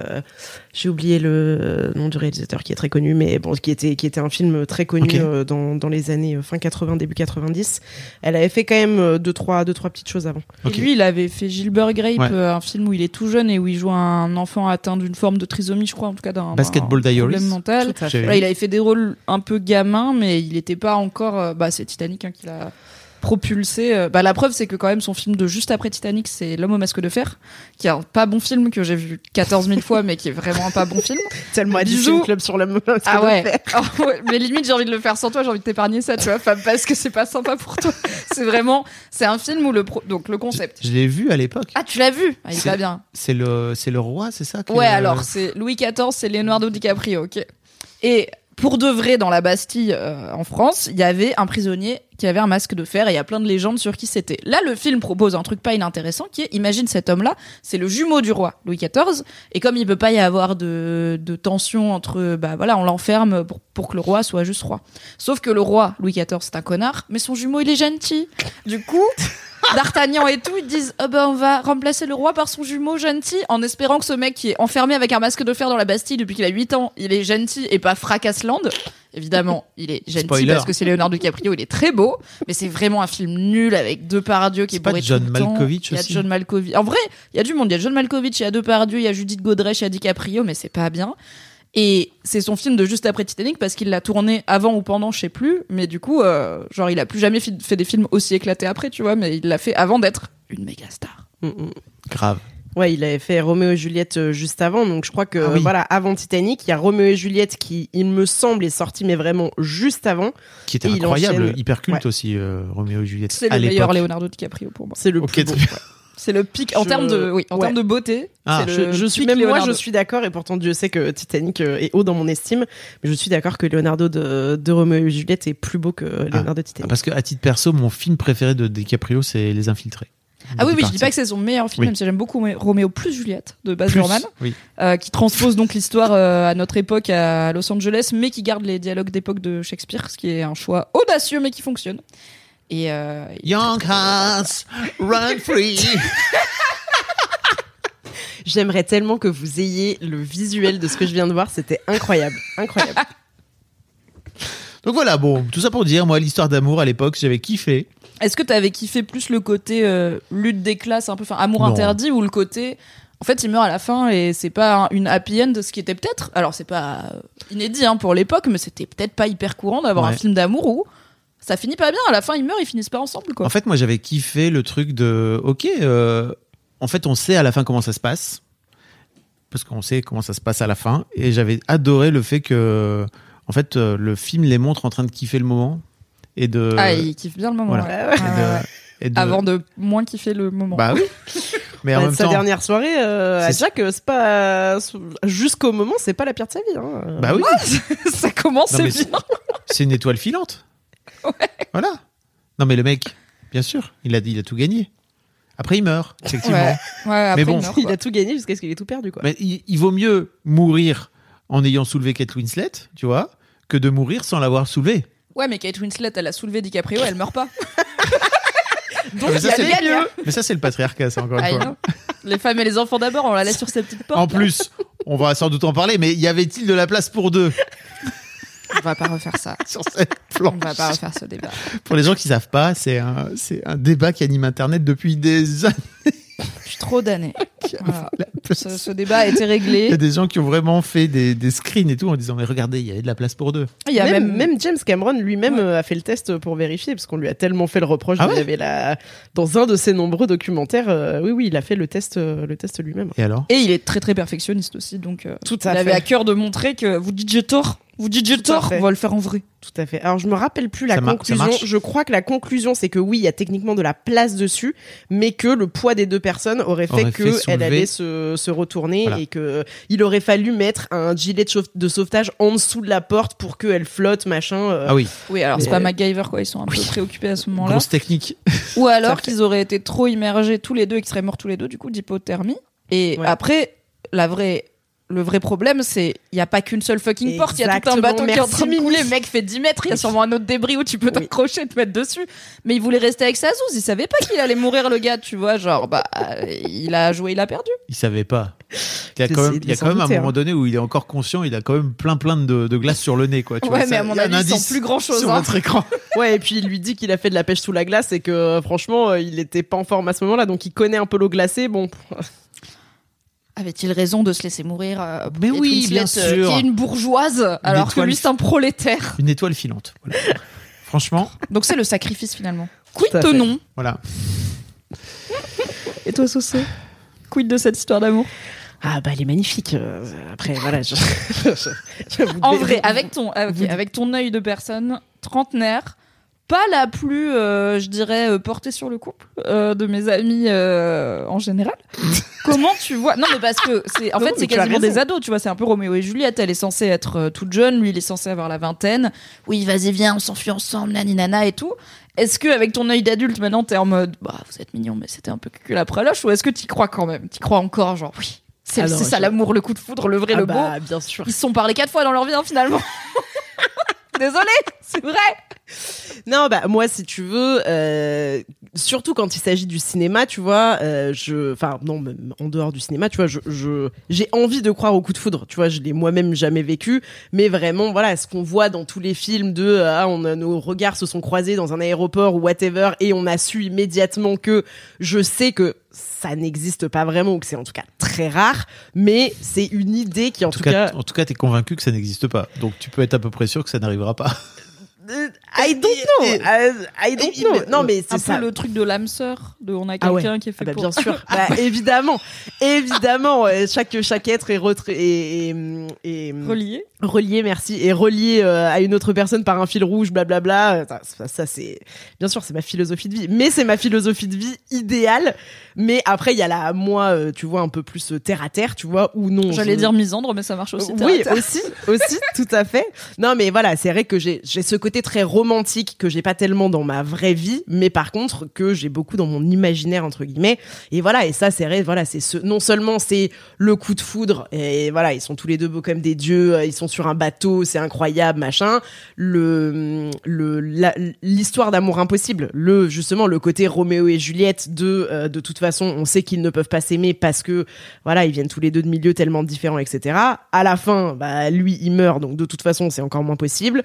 j'ai oublié le nom du réalisateur qui est très connu, mais bon, qui était un film très connu dans les années fin 80, début 90. Elle avait fait quand même deux, trois petites choses avant. Et lui, il avait fait Gilbert Grape, un film où il est tout jeune et où il joue un enfant atteint d'une forme de trisomie, je crois, en tout cas d'un Basketball Diaries. Problème mental. Voilà, il avait fait des rôles un peu gamins, mais il n'était pas encore... c'est Titanic qui l'a propulsé. La preuve, c'est que quand même son film de juste après Titanic, c'est L'homme au masque de fer, qui est un pas bon film que j'ai vu 14 000 fois, mais qui est vraiment un pas bon film. Tellement à Disney Club sur L'homme au masque de fer. Oh, ouais. Mais limite, j'ai envie de le faire sans toi, j'ai envie de t'épargner ça, tu vois, parce que c'est pas sympa pour toi. C'est un film où donc le concept. Je l'ai vu à l'époque. Ah, tu l'as vu? Il est pas bien. C'est le roi, c'est ça Ouais, alors, c'est Louis XIV, c'est Leonardo DiCaprio, ok. Et pour de vrai, dans la Bastille, en France, il y avait un prisonnier qui avait un masque de fer et il y a plein de légendes sur qui c'était. Là, le film propose un truc pas inintéressant qui est, imagine cet homme-là, c'est le jumeau du roi, Louis XIV, et comme il peut pas y avoir de tension entre, on l'enferme pour que le roi soit juste roi. Sauf que le roi, Louis XIV, c'est un connard, mais son jumeau, il est gentil. Du coup, D'Artagnan et tout, ils disent on va remplacer le roi par son jumeau gentil, en espérant que ce mec qui est enfermé avec un masque de fer dans la Bastille depuis qu'il a 8 ans, il est gentil et pas Fracassland. Évidemment, il est gentil parce que c'est Leonardo DiCaprio, il est très beau, mais c'est vraiment un film nul avec Depardieu qui est bourré tout le temps. John Malkovich aussi. Il y a John Malkovich. En vrai, il y a du monde. Il y a John Malkovich, il y a Depardieu, il y a Judith Godrèche, il y a DiCaprio, mais c'est pas bien. Et c'est son film de juste après Titanic parce qu'il l'a tourné avant ou pendant, je sais plus. Mais du coup, il a plus jamais fait des films aussi éclatés après, tu vois. Mais il l'a fait avant d'être une méga star. Grave. Ouais, il avait fait Roméo et Juliette juste avant, donc je crois que avant Titanic, il y a Roméo et Juliette qui, il me semble, est sorti mais vraiment juste avant. Qui était incroyable, hyper culte aussi, Roméo et Juliette. C'est le meilleur Leonardo DiCaprio pour moi. C'est le plus beau. C'est le pic en termes de beauté. Je suis d'accord, et pourtant Dieu sait que Titanic est haut dans mon estime, mais je suis d'accord que Leonardo de Roméo et Juliette est plus beau que Leonardo de Titanic. Parce que à titre perso, mon film préféré de DiCaprio, c'est Les Infiltrés. Ah oui, je dis pas que c'est son meilleur film, même si j'aime beaucoup Roméo plus Juliette de Baz Luhrmann, qui transpose donc l'histoire à notre époque à Los Angeles, mais qui garde les dialogues d'époque de Shakespeare, ce qui est un choix audacieux mais qui fonctionne. Et Young Hearts, Run Free. J'aimerais tellement que vous ayez le visuel de ce que je viens de voir, c'était incroyable. Donc voilà, bon, tout ça pour dire, moi, l'histoire d'amour à l'époque, j'avais kiffé. Est-ce que t'avais kiffé plus le côté lutte des classes, un peu, amour interdit, ou le côté, en fait, il meurt à la fin et c'est pas une happy end, ce qui était peut-être, alors c'est pas inédit pour l'époque, mais c'était peut-être pas hyper courant d'avoir un film d'amour où ça finit pas bien, à la fin ils meurent, ils finissent pas ensemble, quoi. En fait, moi j'avais kiffé le truc de, en fait on sait à la fin comment ça se passe, parce qu'on sait comment ça se passe à la fin, et j'avais adoré le fait que, en fait, le film les montre en train de kiffer le moment. Et de... Ah, il kiffe bien le moment. Voilà. Avant de moins kiffer le moment. Bah oui. Mais en même sa temps, dernière soirée à Jack, c'est pas jusqu'au moment, c'est pas la pire de sa vie. Hein. Bah oui. Ça commence bien. C'est une étoile filante. Ouais. Voilà. Non mais le mec, bien sûr, il a tout gagné. Après il meurt, effectivement. Après, mais bon, il a tout gagné jusqu'à ce qu'il ait tout perdu, quoi. Mais il vaut mieux mourir en ayant soulevé Kate Winslet, tu vois, que de mourir sans l'avoir soulevé. Ouais, mais Kate Winslet, elle a soulevé DiCaprio, elle meurt pas. Donc mais ça, c'est le patriarcat, ça, encore une fois. Les femmes et les enfants d'abord, on la laisse sur ses petites portes. En plus, on va sans doute en parler, mais y avait-il de la place pour deux? On va pas refaire ça. Sur cette planche. On va pas refaire ce débat. Pour les gens qui savent pas, c'est un débat qui anime Internet depuis des années. Je suis trop damnée. Voilà. Ce débat a été réglé. Il y a des gens qui ont vraiment fait des screens et tout en disant mais regardez, il y avait de la place pour deux. Il y a même James Cameron lui-même a fait le test pour vérifier, parce qu'on lui a tellement fait le reproche. Il avait dans un de ses nombreux documentaires, il a fait le test lui-même. Et alors? Et il est très très perfectionniste aussi, donc tout à il fait. avait à cœur de montrer que vous dites j'ai tort, on va le faire en vrai. Tout à fait. Alors je me rappelle plus la conclusion. Je crois que la conclusion c'est que oui, il y a techniquement de la place dessus, mais que le poids des deux personnes aurait fait qu'elle allait se retourner, et que il aurait fallu mettre un gilet de sauvetage en dessous de la porte pour qu'elle flotte, machin. Ah oui. Oui, alors c'est pas MacGyver, quoi. Ils sont un peu préoccupés à ce moment-là. Grosse technique. Ou alors qu'ils auraient été trop immergés tous les deux et qu'ils seraient morts tous les deux, du coup d'hypothermie. Et après, la vraie Le vrai problème, c'est il y a pas qu'une seule fucking porte, il y a tout un bateau qui est en train de couler, le mec fait 10 mètres, il y a sûrement un autre débris où tu peux t'accrocher et te mettre dessus. Mais il voulait rester avec sa zouze, il savait pas qu'il allait mourir le gars, tu vois, genre il a joué, il a perdu. Il savait pas. Il y a quand même un moment donné où il est encore conscient, il a quand même plein de glace sur le nez, quoi. Tu vois, mais à mon avis, il sent plus grand chose sur notre écran. Ouais, et puis il lui dit qu'il a fait de la pêche sous la glace et que franchement, il était pas en forme à ce moment-là, donc il connaît un peu l'eau glacée. Bon. Avait-il raison de se laisser mourir Mais oui, bien sûr. Qui est une bourgeoise, alors que lui c'est un prolétaire. Une étoile filante. Voilà. Franchement. Donc c'est le sacrifice finalement. Quid non. Voilà. Et toi, Soso, quid de cette histoire d'amour? Ah bah elle est magnifique. Après voilà. En vrai, avec ton œil de personne trentenaire. Pas la plus, je dirais, portée sur le couple de mes amis en général. Comment tu vois? Non, mais parce que c'est quasiment des ados, tu vois. C'est un peu Roméo et Juliette. Elle est censée être toute jeune, lui il est censé avoir la vingtaine. Oui, vas-y viens, on s'enfuit ensemble, naninana et tout. Est-ce que avec ton œil d'adulte maintenant t'es en mode, bah vous êtes mignons, mais c'était un peu cul la préloche, ou est-ce que t'y crois quand même? T'y crois encore, genre oui. C'est ça l'amour, le coup de foudre, le vrai, le beau. Bien sûr. Ils se sont parlé 4 fois dans leur vie, hein, finalement. Désolée, c'est vrai. Non, bah moi, si tu veux, surtout quand il s'agit du cinéma, tu vois, même en dehors du cinéma, tu vois, j'ai envie de croire au coup de foudre, tu vois, je l'ai moi-même jamais vécu, mais vraiment, voilà, ce qu'on voit dans tous les films nos regards se sont croisés dans un aéroport ou whatever, et on a su immédiatement que je sais que ça n'existe pas vraiment, ou que c'est en tout cas très rare, mais c'est une idée qui en tout cas, t'es convaincu que ça n'existe pas, donc tu peux être à peu près sûr que ça n'arrivera pas. I don't know. Non, mais c'est un ça. peu le truc de l'âme sœur, on a quelqu'un qui est fait pour. Bien sûr. Évidemment. Chaque être est relié, merci, et relié à une autre personne par un fil rouge, blablabla. Ça c'est, bien sûr, c'est ma philosophie de vie. Mais c'est ma philosophie de vie idéale. Mais après, il y a moi, tu vois, un peu plus terre à terre, tu vois, ou non. J'allais dire misandre, mais ça marche aussi. Oui, aussi, tout à fait. Non, mais voilà, c'est vrai que j'ai ce côté très romantique que j'ai pas tellement dans ma vraie vie, mais par contre que j'ai beaucoup dans mon imaginaire entre guillemets. Et voilà, et ça c'est vrai, voilà, non seulement c'est le coup de foudre, et voilà, ils sont tous les deux beaux comme des dieux, ils sont sur un bateau, c'est incroyable, machin. L'histoire d'amour impossible, justement le côté Roméo et Juliette de toute façon, on sait qu'ils ne peuvent pas s'aimer parce que voilà, ils viennent tous les deux de milieux tellement différents, etc. À la fin, bah lui il meurt, donc de toute façon c'est encore moins possible.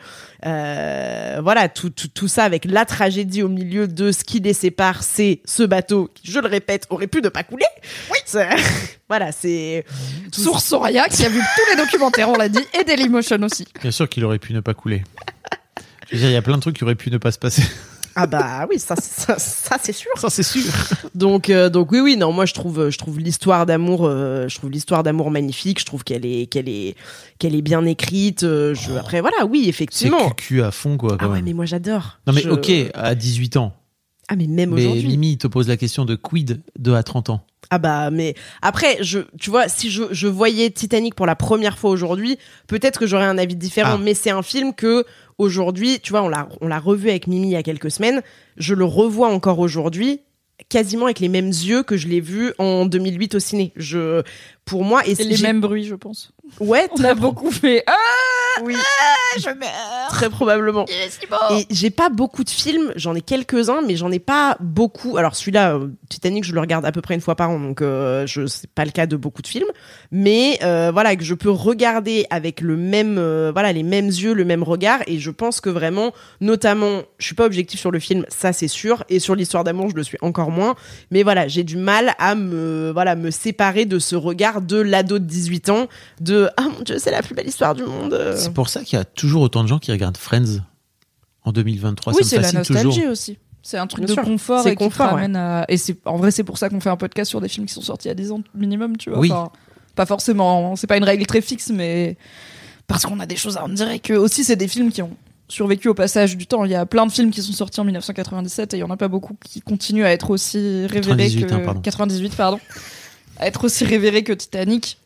Voilà, tout ça avec la tragédie au milieu de ce qui les sépare, c'est ce bateau qui, je le répète, aurait pu ne pas couler. Oui. Voilà, c'est Source Soraya qui a vu tous les documentaires, on l'a dit, et Dailymotion aussi. Bien sûr qu'il aurait pu ne pas couler. Je veux dire, il y a plein de trucs qui auraient pu ne pas se passer. Ah bah oui, ça c'est sûr. Ça c'est sûr. Donc oui, non, moi je trouve l'histoire d'amour, magnifique. Je trouve qu'elle est bien écrite. Après voilà, oui, effectivement. C'est cucu à fond quoi. Ah ouais, mais moi j'adore. Non mais ok, à 18 ans. Ah mais même aujourd'hui. Mais Mimi te pose la question de quid de à 30 ans. Ah bah mais après tu vois, si je voyais Titanic pour la première fois aujourd'hui, peut-être que j'aurais un avis différent, mais c'est un film que aujourd'hui, tu vois, on l'a revu avec Mimi il y a quelques semaines, je le revois encore aujourd'hui quasiment avec les mêmes yeux que je l'ai vu en 2008 au ciné. Pour moi et les mêmes bruits, je pense. Ouais, on a beaucoup fait oui. Je meurs. Très probablement. Il est si beau. Et j'ai pas beaucoup de films, j'en ai quelques-uns, mais j'en ai pas beaucoup. Alors celui-là, Titanic, je le regarde à peu près une fois par an, donc c'est pas le cas de beaucoup de films. Mais voilà, que je peux regarder avec le même, les mêmes yeux, le même regard. Et je pense que vraiment, notamment, je suis pas objectif sur le film, ça c'est sûr, et sur l'histoire d'amour, je le suis encore moins. Mais voilà, j'ai du mal à me séparer de ce regard de l'ado de 18 ans, de ah mon Dieu, c'est la plus belle histoire du monde. C'est pour ça qu'il y a toujours autant de gens qui regardent Friends en 2023. Oui, ça c'est la nostalgie toujours. aussi. C'est un truc Bien de sûr. confort C'est et qui te ramène à... Et en vrai, c'est pour ça qu'on fait un podcast sur des films qui sont sortis il y a 10 ans minimum, tu vois. Oui. Enfin, pas forcément, c'est pas une règle très fixe, mais parce qu'on a des choses à en dire et que aussi c'est des films qui ont survécu au passage du temps. Il y a plein de films qui sont sortis en 1997 et il y en a pas beaucoup qui continuent à être aussi révérés 98, que... 98, pardon. À être aussi révérés que Titanic.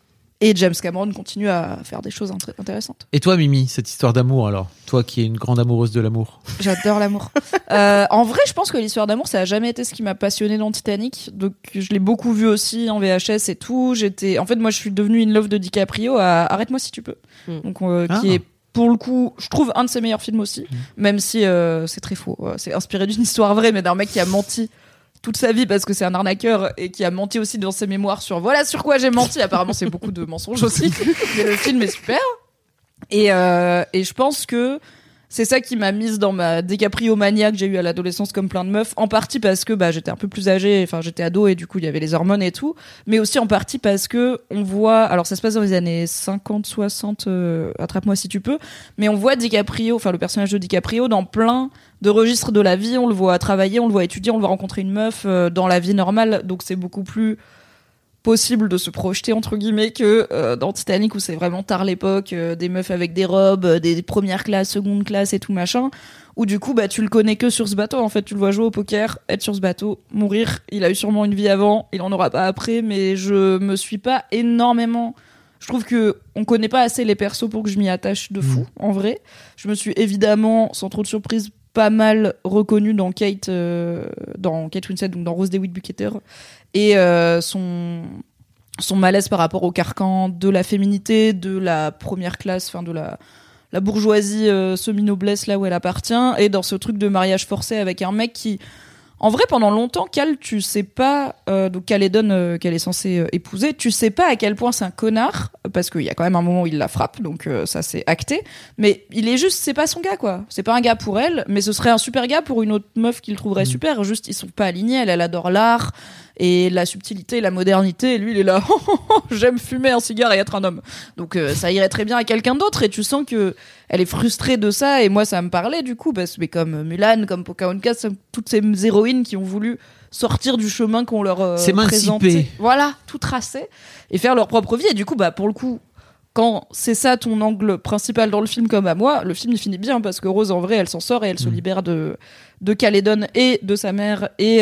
Et James Cameron continue à faire des choses intéressantes. Et toi, Mimi, cette histoire d'amour, alors? Toi qui es une grande amoureuse de l'amour. J'adore l'amour. En vrai, je pense que l'histoire d'amour, ça a jamais été ce qui m'a passionnée dans Titanic. Donc, je l'ai beaucoup vu aussi en VHS et tout. En fait, moi, je suis devenue in love de DiCaprio à Arrête-moi si tu peux. Donc, qui est, pour le coup, je trouve un de ses meilleurs films aussi. Même si c'est très faux. C'est inspiré d'une histoire vraie, mais d'un mec qui a menti toute sa vie parce que c'est un arnaqueur et qui a menti aussi dans ses mémoires sur voilà sur quoi j'ai menti. Apparemment, c'est beaucoup de mensonges aussi. Mais le film est super. Et je pense que c'est ça qui m'a mise dans ma DiCaprio mania que j'ai eu à l'adolescence comme plein de meufs, en partie parce que j'étais un peu plus âgée, enfin j'étais ado et du coup il y avait les hormones et tout, mais aussi en partie parce que on voit, alors ça se passe dans les années 50, 60, attrape-moi si tu peux, mais on voit DiCaprio, enfin le personnage de DiCaprio dans plein de registres de la vie, on le voit travailler, on le voit étudier, on le voit rencontrer une meuf dans la vie normale, donc c'est beaucoup plus possible de se projeter entre guillemets que dans Titanic où c'est vraiment tard l'époque, des meufs avec des robes, des premières classes, seconde classe et tout machin, où du coup tu le connais que sur ce bateau, en fait tu le vois jouer au poker, être sur ce bateau, mourir, il a eu sûrement une vie avant, il en aura pas après, mais je me suis pas énormément, je trouve que on connaît pas assez les persos pour que je m'y attache de fou en vrai. Je me suis évidemment sans trop de surprise pas mal reconnue dans Kate Winslet, donc dans Rose DeWitt Bukater, et son malaise par rapport au carcan de la féminité, de la première classe, enfin de la bourgeoisie semi-noblesse là où elle appartient, et dans ce truc de mariage forcé avec un mec qui, en vrai, pendant longtemps, Cal, tu sais pas, donc Caledon qu'elle est censée épouser, tu sais pas à quel point c'est un connard, parce qu'il y a quand même un moment où il la frappe, donc ça c'est acté, mais il est juste, c'est pas son gars quoi, c'est pas un gars pour elle, mais ce serait un super gars pour une autre meuf qu'il trouverait super, juste ils sont pas alignés, elle adore l'art, et la subtilité, la modernité, et lui il est là, j'aime fumer un cigare et être un homme, donc ça irait très bien à quelqu'un d'autre, et tu sens que elle est frustrée de ça, et moi ça me parlait du coup, mais comme Mulan, comme Pocahontas, toutes ces héroïnes qui ont voulu sortir du chemin qu'on leur présentait, voilà, tout tracé, et faire leur propre vie, et du coup pour le coup, quand c'est ça ton angle principal dans le film comme à moi, le film il finit bien parce que Rose en vrai elle s'en sort et elle se libère de Caledon et de sa mère et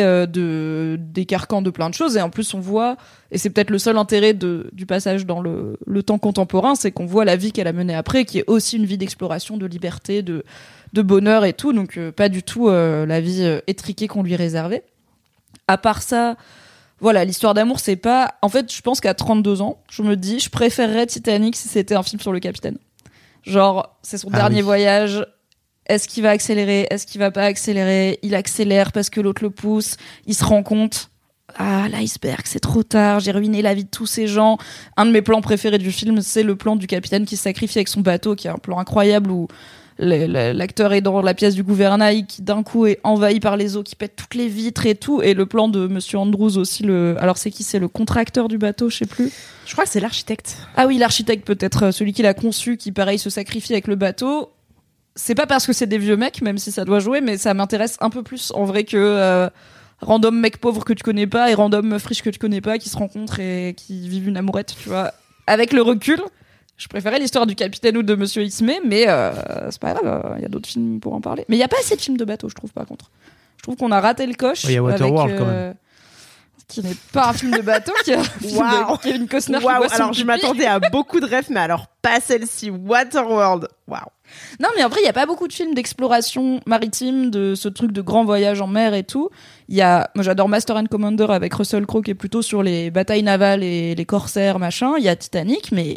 des carcans de plein de choses, et en plus on voit, et c'est peut-être le seul intérêt du passage dans le temps contemporain, c'est qu'on voit la vie qu'elle a menée après, qui est aussi une vie d'exploration, de liberté, de bonheur et tout, donc pas du tout la vie étriquée qu'on lui réservait. À part ça, voilà, l'histoire d'amour, c'est pas... En fait, je pense qu'à 32 ans, je me dis, je préférerais Titanic si c'était un film sur le capitaine. Genre, c'est son dernier voyage. Est-ce qu'il va accélérer? Est-ce qu'il va pas accélérer? Il accélère parce que l'autre le pousse. Il se rend compte. Ah, l'iceberg, c'est trop tard. J'ai ruiné la vie de tous ces gens. Un de mes plans préférés du film, c'est le plan du capitaine qui se sacrifie avec son bateau, qui est un plan incroyable où l'acteur est dans la pièce du gouvernail qui d'un coup est envahi par les eaux qui pètent toutes les vitres et tout, et le plan de Monsieur Andrews aussi, alors c'est qui, c'est le contracteur du bateau, je sais plus, je crois que c'est l'architecte. Ah oui, l'architecte peut-être, celui qui l'a conçu, qui pareil se sacrifie avec le bateau. C'est pas parce que c'est des vieux mecs, même si ça doit jouer, mais ça m'intéresse un peu plus en vrai que random mec pauvre que tu connais pas et random meuf riche que tu connais pas qui se rencontrent et qui vivent une amourette, tu vois. Avec le recul, je préférais l'histoire du capitaine ou de Monsieur Ismay, mais c'est pas grave, y a d'autres films pour en parler. Mais il y a pas assez de films de bateau, je trouve, par contre. Je trouve qu'on a raté le coche. Il y a Waterworld quand même. Qui n'est pas un film de bateau, qui est un film de Kevin Costner. Waouh, alors je m'attendais à beaucoup de rêves, mais alors pas celle-ci, Waterworld. Waouh. Non, mais en vrai, il y a pas beaucoup de films d'exploration maritime, de ce truc de grand voyage en mer et tout. Moi j'adore Master and Commander avec Russell Crowe qui est plutôt sur les batailles navales et les corsaires, machin. Il y a Titanic, mais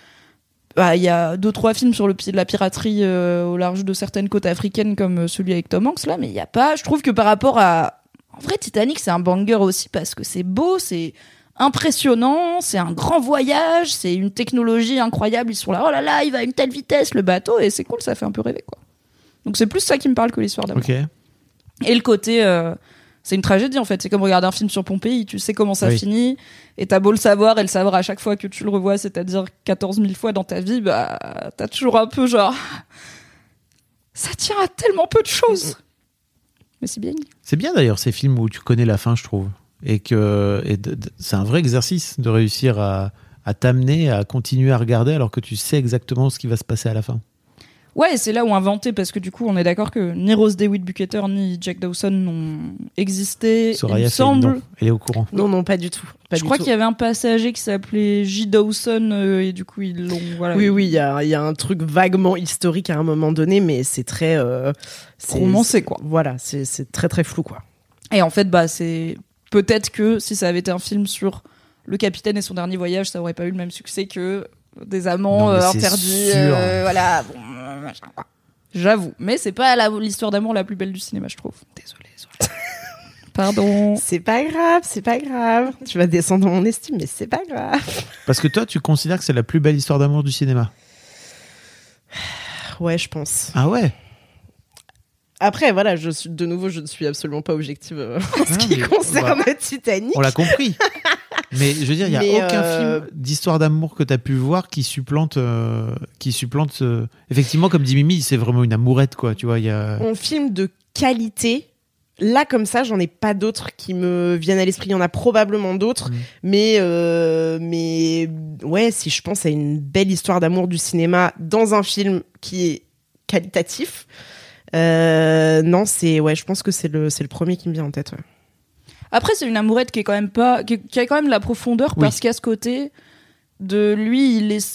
il y a 2-3 films sur la piraterie au large de certaines côtes africaines comme celui avec Tom Hanks là, mais il y a pas, je trouve que par rapport à, en vrai, Titanic c'est un banger aussi parce que c'est beau, c'est impressionnant, c'est un grand voyage, c'est une technologie incroyable, ils sont là, oh là là, il va à une telle vitesse le bateau, et c'est cool, ça fait un peu rêver quoi. Donc c'est plus ça qui me parle que l'histoire d'amour. Okay. Et le côté c'est une tragédie en fait, c'est comme regarder un film sur Pompéi, tu sais comment ça finit, et t'as beau le savoir et le savoir à chaque fois que tu le revois, c'est-à-dire 14 000 fois dans ta vie, t'as toujours un peu genre ça tient à tellement peu de choses. Mais c'est bien. C'est bien d'ailleurs ces films où tu connais la fin, je trouve, et c'est un vrai exercice de réussir à t'amener à continuer à regarder alors que tu sais exactement ce qui va se passer à la fin. Ouais, et c'est là où inventé, parce que du coup, on est d'accord que ni Rose DeWitt Bukater ni Jack Dawson n'ont existé. Soraya il me semble. non, elle est au courant. Non, pas du tout. Je crois qu'il y avait un passager qui s'appelait J. Dawson, et du coup, ils l'ont. Voilà. Oui, il y a un truc vaguement historique à un moment donné, mais c'est très. Romancé, quoi. Voilà, c'est très très flou, quoi. Et en fait, c'est. Peut-être que si ça avait été un film sur le capitaine et son dernier voyage, ça aurait pas eu le même succès que des amants interdits. Voilà. Bon, machin, quoi. J'avoue. Mais c'est pas l'histoire d'amour la plus belle du cinéma, je trouve. Désolée. Pardon. C'est pas grave. Tu vas descendre dans mon estime, mais c'est pas grave. Parce que toi, tu considères que c'est la plus belle histoire d'amour du cinéma? Ouais, je pense. Ah ouais? Après, voilà, je ne suis absolument pas objective en ce qui concerne Titanic. On l'a compris. Mais je veux dire, il n'y a aucun film d'histoire d'amour que tu as pu voir qui supplante effectivement, comme dit Mimi, c'est vraiment une amourette, quoi. Tu vois, En film de qualité, là, comme ça, j'en ai pas d'autres qui me viennent à l'esprit. Il y en a probablement d'autres. Mais ouais, si je pense à une belle histoire d'amour du cinéma dans un film qui est qualitatif, non, je pense que c'est le premier qui me vient en tête, ouais. Après, c'est une amourette qui est quand même pas, qui a quand même de la profondeur, parce qu'il y a ce côté de lui,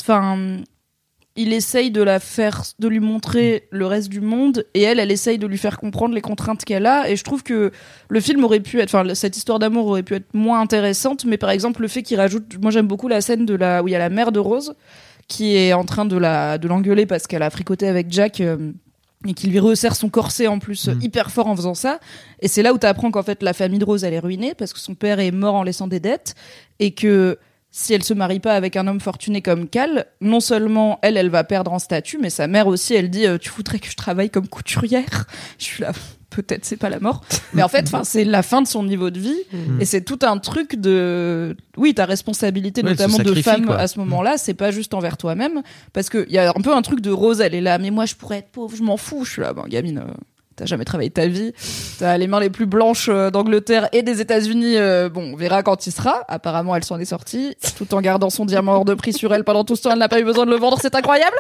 il essaye de lui montrer le reste du monde, et elle essaye de lui faire comprendre les contraintes qu'elle a, et je trouve que le film aurait pu être, cette histoire d'amour aurait pu être moins intéressante, mais par exemple, le fait qu'il rajoute, moi j'aime beaucoup la scène où il y a la mère de Rose, qui est en train de l'engueuler parce qu'elle a fricoté avec Jack, et qu'il lui resserre son corset en plus hyper fort en faisant ça. Et c'est là où tu apprends qu'en fait la famille de Rose elle est ruinée parce que son père est mort en laissant des dettes, et que si elle se marie pas avec un homme fortuné comme Cal, non seulement elle va perdre en statut, mais sa mère aussi, elle dit tu voudrais que je travaille comme couturière? Je suis là, peut-être c'est pas la mort, mais en fait c'est la fin de son niveau de vie, et c'est tout un truc de ta responsabilité, notamment de femme, quoi. À ce moment-là, c'est pas juste envers toi-même, parce que il y a un peu un truc de Rose, elle est là, mais moi je pourrais être pauvre, je m'en fous. Je suis là, gamine, t'as jamais travaillé ta vie, t'as les mains les plus blanches d'Angleterre et des États-Unis, on verra quand il sera. Apparemment elle s'en est sortie tout en gardant son diamant hors de prix sur elle pendant tout ce temps, elle n'a pas eu besoin de le vendre, c'est incroyable.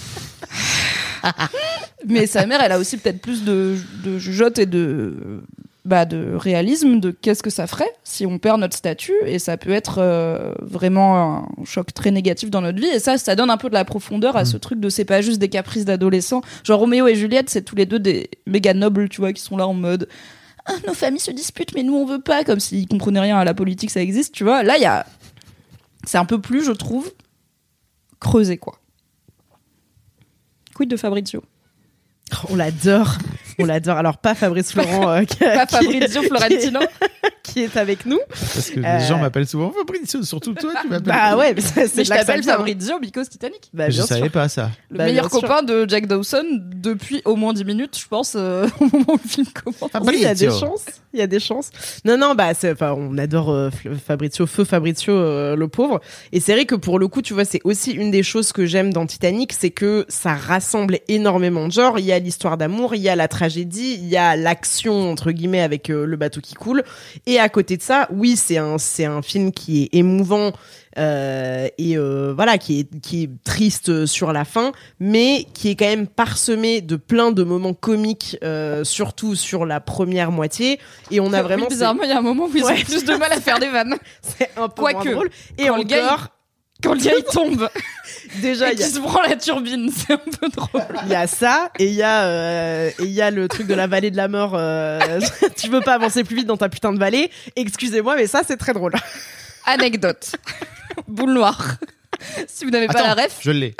Mais sa mère, elle a aussi peut-être plus de jugeote et de réalisme de qu'est-ce que ça ferait si on perd notre statut, et ça peut être vraiment un choc très négatif dans notre vie, et ça donne un peu de la profondeur à ce truc de c'est pas juste des caprices d'adolescents, genre Roméo et Juliette, c'est tous les deux des méga nobles, tu vois, qui sont là en mode nos familles se disputent mais nous on veut pas, comme s'ils comprenaient rien à la politique, ça existe, tu vois. Là c'est un peu plus, je trouve, creusé, quoi. Quid de Fabrizio? On l'adore. Alors pas Fabrice Florent, pas Fabrizio Florentino, qui est avec nous. Parce que les gens m'appellent souvent Fabrizio, surtout toi, tu m'appelles. Bah ouais, mais je t'appelle Fabrizio because Titanic. Bah, je savais pas ça. Le meilleur copain de Jack Dawson depuis au moins 10 minutes, je pense, au moment où le film commence. Oui, il y a des chances. Non, on adore Fabrizio, feu Fabrizio, le pauvre. Et c'est vrai que pour le coup, tu vois, c'est aussi une des choses que j'aime dans Titanic, c'est que ça rassemble énormément de genres. Il y a l'histoire d'amour, il y a la tragédie, il y a l'action entre guillemets avec le bateau qui coule, et à côté de ça, oui, c'est un film qui est émouvant voilà, qui est triste sur la fin, mais qui est quand même parsemé de plein de moments comiques, surtout sur la première moitié, et on a vraiment bizarrement il y a un moment où ils ont plus de mal à faire des vannes, c'est un peu moins drôle, et quand le gars il tombe déjà et qu'il se prend la turbine, c'est un peu drôle. Il y a ça, et il y a le truc de la vallée de la mort. Tu veux pas avancer plus vite dans ta putain de vallée, excusez-moi, mais ça c'est très drôle. Anecdote. Boule noire. Si vous n'avez pas la ref, je l'ai.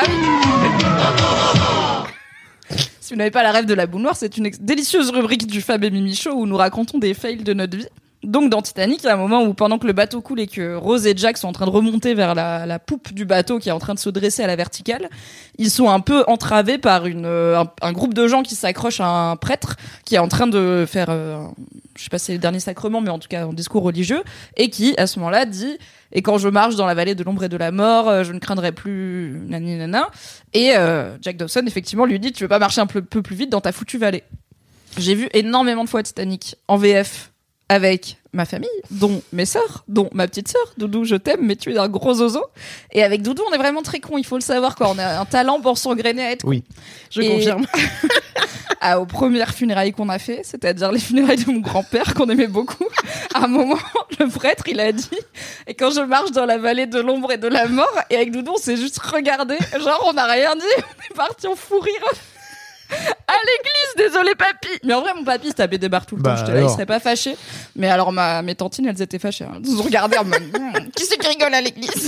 Si vous n'avez pas la ref de la boule noire, c'est une délicieuse rubrique du Fab et Mimi Show où nous racontons des fails de notre vie. Donc dans Titanic, il y a un moment où pendant que le bateau coule et que Rose et Jack sont en train de remonter vers la poupe du bateau qui est en train de se dresser à la verticale, ils sont un peu entravés par un groupe de gens qui s'accrochent à un prêtre qui est en train de faire, je sais pas si c'est le dernier sacrement, mais en tout cas un discours religieux, et qui à ce moment-là dit « Et quand je marche dans la vallée de l'ombre et de la mort, je ne craindrai plus nani nana ». Et Jack Dawson effectivement lui dit « Tu veux pas marcher un peu plus vite dans ta foutue vallée ?» J'ai vu énormément de fois Titanic en VF, avec ma famille, dont mes sœurs, dont ma petite sœur. Doudou, je t'aime, mais tu es un gros zozo. Et avec Doudou, on est vraiment très con, il faut le savoir, quoi. On a un talent pour s'engrainer à être con. Oui. Je confirme. Aux premières funérailles qu'on a fait, c'est-à-dire les funérailles de mon grand-père qu'on aimait beaucoup, à un moment, le prêtre, il a dit, et quand je marche dans la vallée de l'ombre et de la mort, et avec Doudou, on s'est juste regardé, genre on n'a rien dit, on est parti en fou rire. À l'église, désolé papy. Mais en vrai, mon papy se tapait des barres tout le temps. J'étais là, il serait pas fâché. Mais alors, mes tantines, elles étaient fâchées. Elles nous ont regardé en mode qui c'est qui rigole à l'église?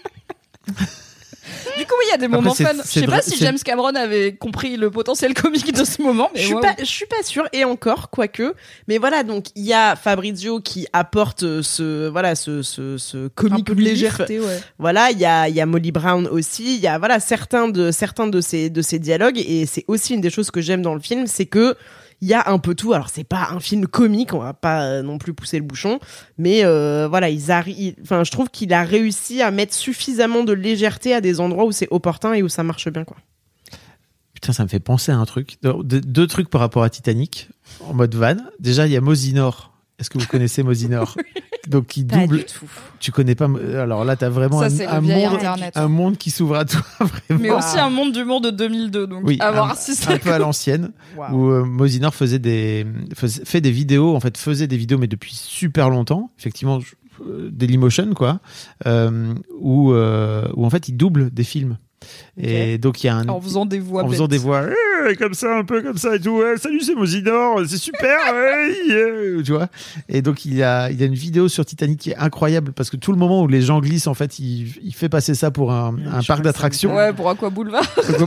Du coup, oui, il y a des moments fun. Je sais pas si James Cameron avait compris le potentiel comique de ce moment. Mais je suis pas sûre, et encore, quoique. Mais voilà, donc il y a Fabrizio qui apporte ce comique relief. Légèreté, ouais. Voilà, il y a Molly Brown aussi. Il y a certains de ces dialogues, et c'est aussi une des choses que j'aime dans le film, c'est que il y a un peu tout. Alors c'est pas un film comique, on va pas non plus pousser le bouchon, mais je trouve qu'il a réussi à mettre suffisamment de légèreté à des endroits où c'est opportun et où ça marche bien, quoi. Putain, ça me fait penser à un truc. Deux trucs par rapport à Titanic, en mode van. Déjà, il y a Mosinor. Est-ce que vous connaissez Mosinor? Donc, qui double. Tu connais pas. Alors là, t'as vraiment un monde qui s'ouvre à toi, vraiment. Mais aussi un monde d'humour de 2002. Donc, oui, à voir si c'est un peu à l'ancienne. Wow. Où Mosinor fait des vidéos, en fait, faisait des vidéos, mais depuis super longtemps. Effectivement, Dailymotion, quoi. Où en fait, il double des films. Okay. Et donc il y a en faisant des voix comme ça, un peu comme ça et tout. Salut, c'est Mosinor, c'est super. Tu vois. Et donc il y a une vidéo sur Titanic qui est incroyable, parce que tout le moment où les gens glissent, en fait, il fait passer ça pour un parc d'attractions. Ouais, pour Aqua Boulevard.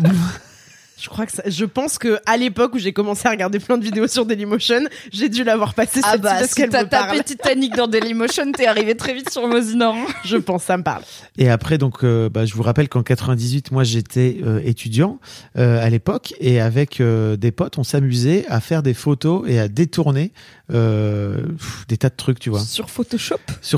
Je pense que à l'époque où j'ai commencé à regarder plein de vidéos sur Dailymotion, j'ai dû l'avoir passé cette parce si t'as tapé Titanic dans Dailymotion, t'es arrivé très vite sur Mosinor. Je pense, ça me parle. Et après, donc, je vous rappelle qu'en 98, moi, j'étais étudiant à l'époque, et avec des potes, on s'amusait à faire des photos et à détourner des tas de trucs, tu vois. Sur Photoshop.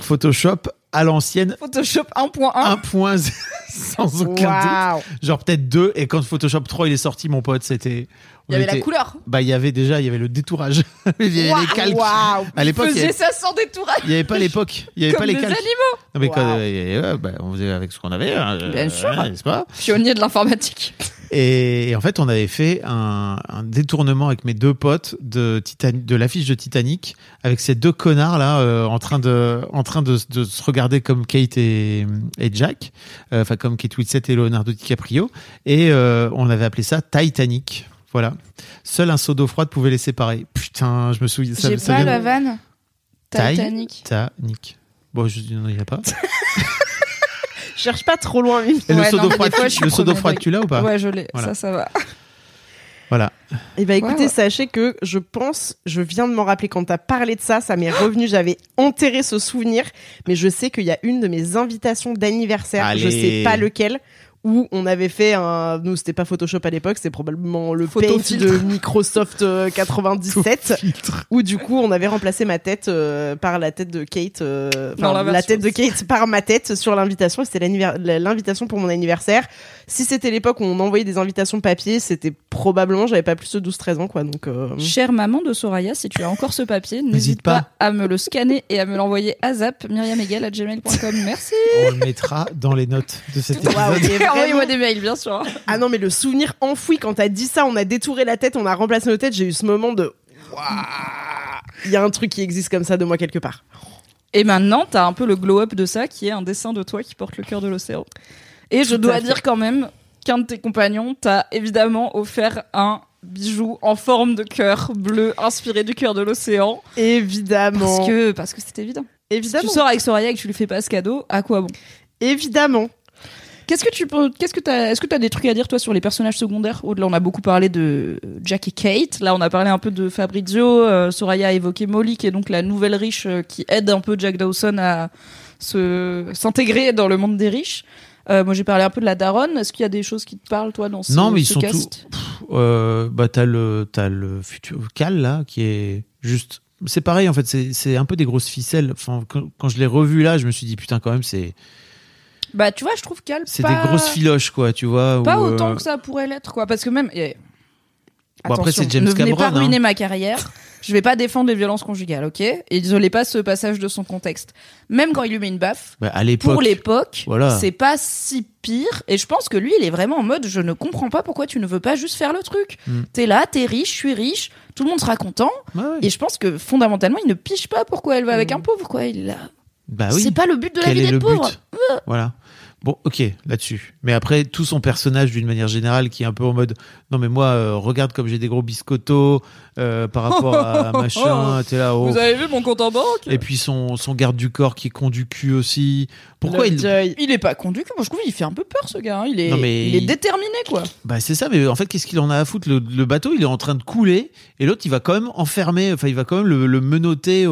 À l'ancienne. Photoshop 1.1. Sans aucun doute. Genre peut-être 2. Et quand Photoshop 3 il est sorti, mon pote, c'était... Il y avait la couleur. Il y avait le détourage. Il y avait les calques. À l'époque, il faisait ça sans détourage. Il n'y avait pas l'époque. Il n'y avait pas les calques. Comme des animaux. Non, mais on faisait avec ce qu'on avait. Bien sûr. N'est-ce pas? Pionnier de l'informatique. Et en fait, on avait fait un détournement avec mes deux potes de l'affiche de Titanic, avec ces deux connards là en train de se regarder comme Kate et Jack, enfin comme Kate Winslet et Leonardo DiCaprio, et on avait appelé ça Titanic. Voilà. Seul un seau d'eau froide pouvait les séparer. Putain, je me souviens. J'ai pas la vanne. Titanic. Bon, non, il n'y a pas. Je cherche pas trop loin. Et le seau d'eau froide, tu l'as ou pas? Ouais, je l'ai. Voilà. Ça va. Voilà. Et écoutez, sachez que je viens de m'en rappeler quand t'as parlé de ça m'est revenu, j'avais enterré ce souvenir, mais je sais qu'il y a une de mes invitations d'anniversaire, je sais pas lequel, où on avait fait nous c'était pas Photoshop à l'époque, c'était probablement le Paint de Microsoft 97, où du coup on avait remplacé ma tête par la tête de Kate, la tête de Kate par ma tête sur l'invitation. C'était l'invitation pour mon anniversaire. Si c'était l'époque où on envoyait des invitations papier, c'était probablement, j'avais pas plus de 12-13 ans, quoi. Donc chère maman de Soraya, si tu as encore ce papier, n'hésite pas à me le scanner et à me l'envoyer à zap myriamegal@gmail.com. Merci. On le mettra dans les notes de cet épisode. Envoyez-moi des mails, bien sûr. Ah non, mais le souvenir enfoui, quand t'as dit ça, on a détouré la tête, on a remplacé nos têtes, j'ai eu ce moment de... Il y a un truc qui existe comme ça de moi quelque part. Et maintenant, t'as un peu le glow-up de ça, qui est un dessin de toi qui porte le cœur de l'océan. Et je dois dire quand même qu'un de tes compagnons t'a évidemment offert un bijou en forme de cœur bleu inspiré du cœur de l'océan. Évidemment. Parce que c'est évident. Évidemment. Si tu sors avec Soraya et que tu lui fais pas ce cadeau, à quoi bon? Évidemment. Est-ce que t'as des trucs à dire, toi, sur les personnages secondaires? Là, on a beaucoup parlé de Jack et Kate. Là, on a parlé un peu de Fabrizio. Soraya a évoqué Molly, qui est donc la nouvelle riche qui aide un peu Jack Dawson à s'intégrer dans le monde des riches. Moi, j'ai parlé un peu de la daronne. Est-ce qu'il y a des choses qui te parlent, toi, dans ce cast? Non, mais ils sont tous... t'as le futur Cal, là, qui est juste... C'est pareil, en fait. C'est un peu des grosses ficelles. Enfin, quand je l'ai revu, là, je me suis dit, putain, quand même, c'est... tu vois, je trouve Cal c'est des grosses filoches, quoi, tu vois. Pas autant que ça pourrait l'être, quoi. Parce que même... Attention, après, c'est James ne venez Cameron, pas ruiner ma carrière. je vais pas défendre les violences conjugales, ok? Et isolez pas ce passage de son contexte. Même quand il lui met une baffe, à l'époque, pour l'époque, voilà. c'est pas si pire. Et je pense que lui, il est vraiment en mode, je ne comprends pas pourquoi tu ne veux pas juste faire le truc. T'es là, t'es riche, je suis riche, tout le monde sera content. Ouais. Et je pense que fondamentalement, il ne pige pas pourquoi elle va avec un pauvre, quoi. Il a... Bah oui. C'est pas le but de la Quel vie est d'être le pauvre. but Voilà. Bon, ok, là-dessus. Mais après, tout son personnage, d'une manière générale, qui est un peu en mode, non mais moi, regarde comme j'ai des gros biscottos par rapport à machin. T'es là. Oh. Vous avez vu mon compte en banque? Et puis son garde du corps qui est con du cul aussi. Pourquoi il est pas con du cul. Moi, je trouve qu'il fait un peu peur, ce gars. Hein. Il est déterminé, quoi. Bah c'est ça. Mais en fait, qu'est-ce qu'il en a à foutre? Le bateau, il est en train de couler, et l'autre, il va quand même enfermer. Enfin, il va quand même le menotter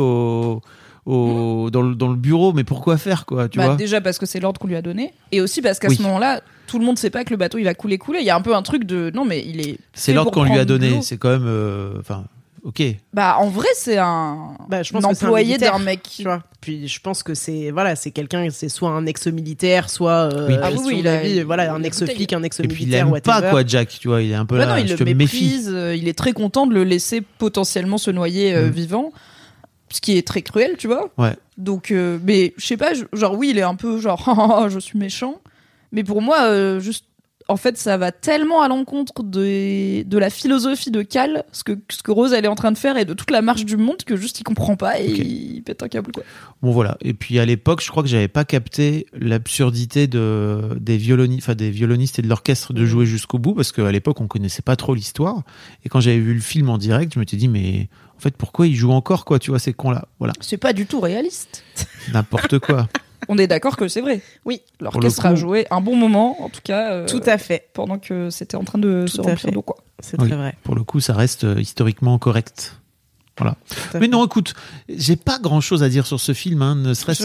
dans le bureau. Mais pourquoi faire, quoi, tu vois? Déjà parce que c'est l'ordre qu'on lui a donné, et aussi parce qu'à ce moment-là, tout le monde sait pas que le bateau il va couler. Il y a un peu un truc de non mais il est. C'est l'ordre qu'on lui a donné. C'est quand même. Enfin. Ok. Bah en vrai c'est un je pense employé d'un mec. Tu vois. Puis je pense que c'est quelqu'un, c'est soit un ex-militaire, soit il a voilà, un ex-flic, un ex-militaire. Et puis il aime pas quoi, Jack. Tu vois, il est un peu là. Non, il je le te méprise. méfie. Il est très content de le laisser potentiellement se noyer vivant, ce qui est très cruel, tu vois. Ouais. Donc mais je sais pas, genre oui il est un peu genre je suis méchant, mais pour moi juste en fait, ça va tellement à l'encontre de la philosophie de Cal, ce que Rose elle est en train de faire et de toute la marche du monde, que juste il comprend pas et il pète un câble, quoi. Bon voilà. Et puis à l'époque, je crois que j'avais pas capté l'absurdité des violonistes et de l'orchestre de jouer jusqu'au bout, parce qu'à l'époque on connaissait pas trop l'histoire. Et quand j'avais vu le film en direct, je me suis dit mais en fait pourquoi ils jouent encore, quoi, tu vois, ces cons là. Voilà. C'est pas du tout réaliste. N'importe quoi. On est d'accord que c'est vrai. Oui. L'orchestre a joué un bon moment, en tout cas. Tout à fait. Pendant que c'était en train de se remplir d'eau, quoi. C'est très vrai. Pour le coup, ça reste historiquement correct. Voilà. Mais non, écoute, j'ai pas grand chose à dire sur ce film, hein, ne serait-ce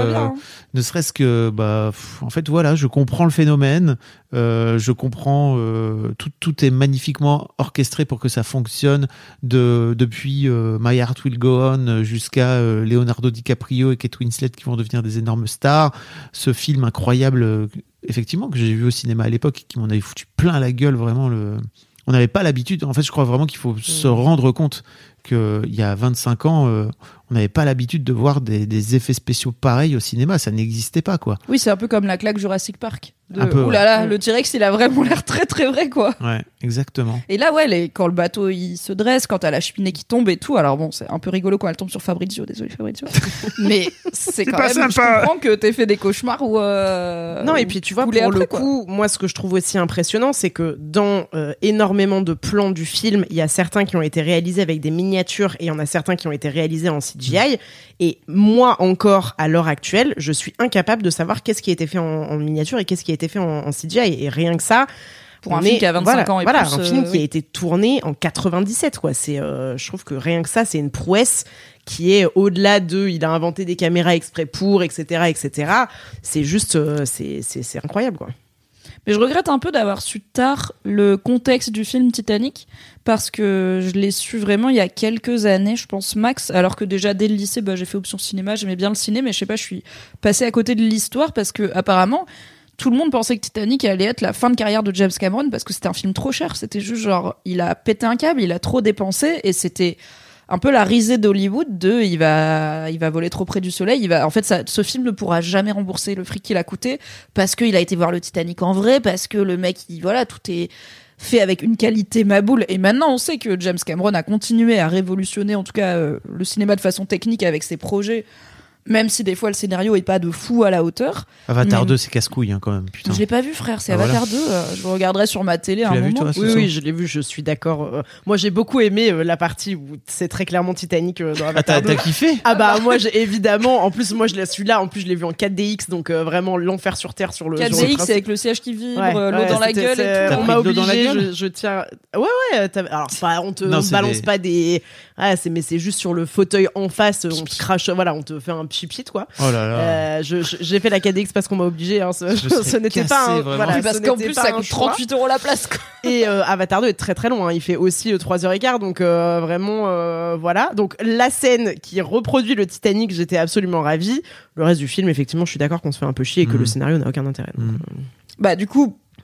que, en fait, voilà, je comprends le phénomène, je comprends, tout est magnifiquement orchestré pour que ça fonctionne, depuis My Heart Will Go On jusqu'à Leonardo DiCaprio et Kate Winslet qui vont devenir des énormes stars. Ce film incroyable, effectivement, que j'ai vu au cinéma à l'époque, qui m'en avait foutu plein la gueule, vraiment. On n'avait pas l'habitude. En fait, je crois vraiment qu'il faut se rendre compte qu'il y a 25 ans, on n'avait pas l'habitude de voir des effets spéciaux pareils au cinéma. Ça n'existait pas, quoi. Oui, c'est un peu comme la claque Jurassic Park. Un peu, le T-Rex, il a vraiment l'air très très vrai, quoi. Ouais, exactement. Et là, quand le bateau il se dresse, quand t'as la cheminée qui tombe et tout, alors bon, c'est un peu rigolo quand elle tombe sur Fabrizio, désolé Fabrizio. Mais c'est quand même sympa. Je comprends que t'aies fait des cauchemars ou non, et puis tu vois, pour le coup, moi ce que je trouve aussi impressionnant, c'est que dans énormément de plans du film, il y a certains qui ont été réalisés avec des miniatures et il y en a certains qui ont été réalisés en CGI. Et moi encore, à l'heure actuelle, je suis incapable de savoir qu'est-ce qui a été fait en miniature et qu'est-ce qui a été fait en CGI. Et rien que ça, pour un film qui a 25 ans et plus, un film qui a été tourné en 97, quoi. C'est, je trouve que rien que ça, c'est une prouesse qui est au-delà de, il a inventé des caméras exprès pour, etc., etc. C'est juste, c'est incroyable, quoi. Mais je regrette un peu d'avoir su tard le contexte du film Titanic, parce que je l'ai su vraiment il y a quelques années, je pense max, alors que déjà dès le lycée, j'ai fait option cinéma, j'aimais bien le ciné, mais je sais pas, je suis passée à côté de l'histoire parce que apparemment tout le monde pensait que Titanic allait être la fin de carrière de James Cameron parce que c'était un film trop cher, c'était juste genre, il a pété un câble, il a trop dépensé et c'était un peu la risée d'Hollywood il va voler trop près du soleil, en fait ce film ne pourra jamais rembourser le fric qu'il a coûté parce qu'il a été voir le Titanic en vrai, parce que le mec tout est fait avec une qualité maboule, et maintenant on sait que James Cameron a continué à révolutionner en tout cas le cinéma de façon technique avec ses projets, même si des fois le scénario est pas de fou à la hauteur. Avatar 2, c'est casse-couille, hein, quand même, putain. Je l'ai pas vu, frère, c'est Avatar 2, je le regarderai sur ma télé à un moment. Tu l'as vu, toi, oui, je l'ai vu, je suis d'accord. Moi, j'ai beaucoup aimé la partie où c'est très clairement Titanic dans Avatar 2. T'as kiffé? Moi, évidemment, en plus, moi, celui-là, en plus, je l'ai vu en 4DX, donc vraiment l'enfer sur terre sur le 4DX, c'est avec le siège qui vibre, l'eau dans la gueule et tout. On m'a obligé, je tiens... Ouais, alors, on te balance pas des... mais c'est juste sur le fauteuil en face, on te crache, voilà, on te fait un pchit quoi. Oh là là. J'ai fait la 4DX parce qu'on m'a obligé, hein, ce n'était pas oui, parce qu'en plus ça coûte 38 € la place, quoi. Et Avatar 2 est très très long, hein. Il fait aussi 3h15, donc vraiment voilà. Donc la scène qui reproduit le Titanic, j'étais absolument ravie. Le reste du film, effectivement, je suis d'accord qu'on se fait un peu chier et que le scénario n'a aucun intérêt. Donc, du coup,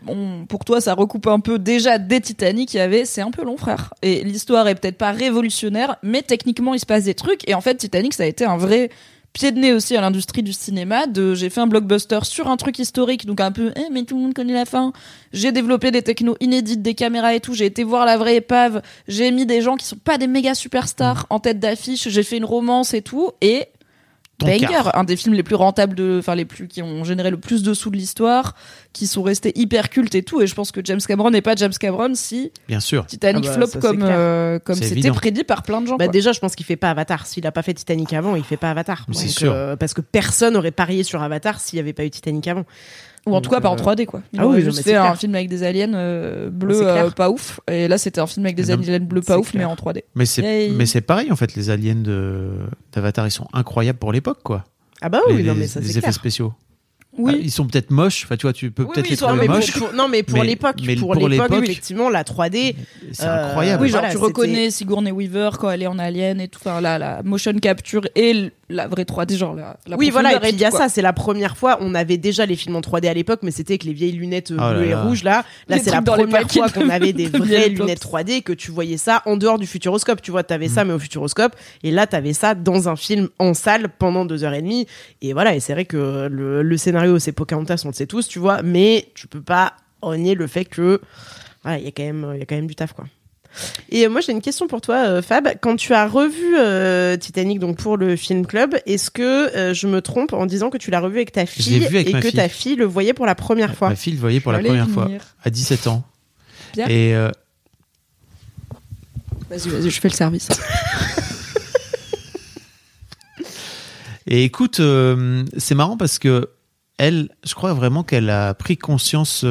pour toi, ça recoupe un peu déjà des Titanic. C'est un peu long, frère. Et l'histoire est peut-être pas révolutionnaire, mais techniquement, il se passe des trucs. Et en fait, Titanic, ça a été un vrai pied de nez aussi à l'industrie du cinéma. J'ai fait un blockbuster sur un truc historique, donc un peu, mais tout le monde connaît la fin. J'ai développé des technos inédites, des caméras et tout. J'ai été voir la vraie épave. J'ai mis des gens qui sont pas des méga superstars en tête d'affiche. J'ai fait une romance et tout. Et Banger, un des films les plus rentables qui ont généré le plus de sous de l'histoire, qui sont restés hyper cultes et tout. Et je pense que James Cameron n'est pas James Cameron si bien sûr Titanic flop comme c'était évident. Prédit par plein de gens. Déjà, je pense qu'il fait pas Avatar. S'il a pas fait Titanic avant, il fait pas Avatar. C'est sûr. Parce que personne n'aurait parié sur Avatar s'il y avait pas eu Titanic avant. Ou en tout cas pas en 3D quoi. Il aurait juste fait un film avec des aliens bleus pas ouf. Et là c'était un film avec des aliens bleus pas ouf mais en 3D. Mais c'est pareil en fait, les aliens d'Avatar ils sont incroyables pour l'époque quoi. Ah bah oui, mais ça c'est les effets spéciaux. Oui. Ils sont peut-être moches, enfin tu vois, tu peux peut-être les trouver moches. Pour l'époque, effectivement, la 3D, c'est incroyable. Oui, genre tu reconnais Sigourney Weaver quand elle est en Alien et tout, enfin la motion capture et la vraie 3D, genre la oui, voilà, et puis il y a ça, c'est la première fois, on avait déjà les films en 3D à l'époque, mais c'était avec les vieilles lunettes bleues et rouges là. Là, c'est la première fois qu'on avait des vraies lunettes 3D, que tu voyais ça en dehors du Futuroscope, tu vois, t'avais ça mais au Futuroscope, et là t'avais ça dans un film en salle pendant 2h30, et voilà, et c'est vrai que le scénario c'est Pocahontas, on le sait tous, tu vois, mais tu peux pas renier le fait que voilà, il y a quand même du taf quoi. Et moi j'ai une question pour toi Fab, quand tu as revu Titanic donc pour le film club, est-ce que je me trompe en disant que tu l'as revu avec ta fille et que ta fille le voyait pour la première fois? Ma fille le voyait pour la première fois à 17 ans. Bien. Et vas-y, je fais le service. Et écoute, c'est marrant parce que elle, je crois vraiment qu'elle a pris conscience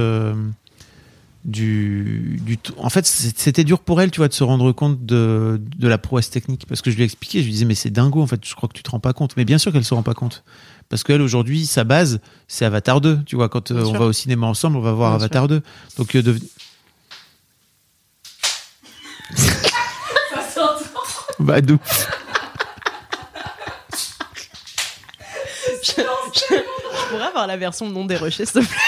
en fait, c'était dur pour elle, tu vois, de se rendre compte de la prouesse technique, parce que je lui ai expliqué, je lui disais mais c'est dingo en fait, je crois que tu te rends pas compte. Mais bien sûr qu'elle se rend pas compte, parce qu'elle aujourd'hui sa base c'est Avatar 2, tu vois, quand on va au cinéma ensemble, on va voir bien Avatar 2. Donc ça s'entend. Bah d'où Je pourrais avoir la version non dérushée, s'il te plaît.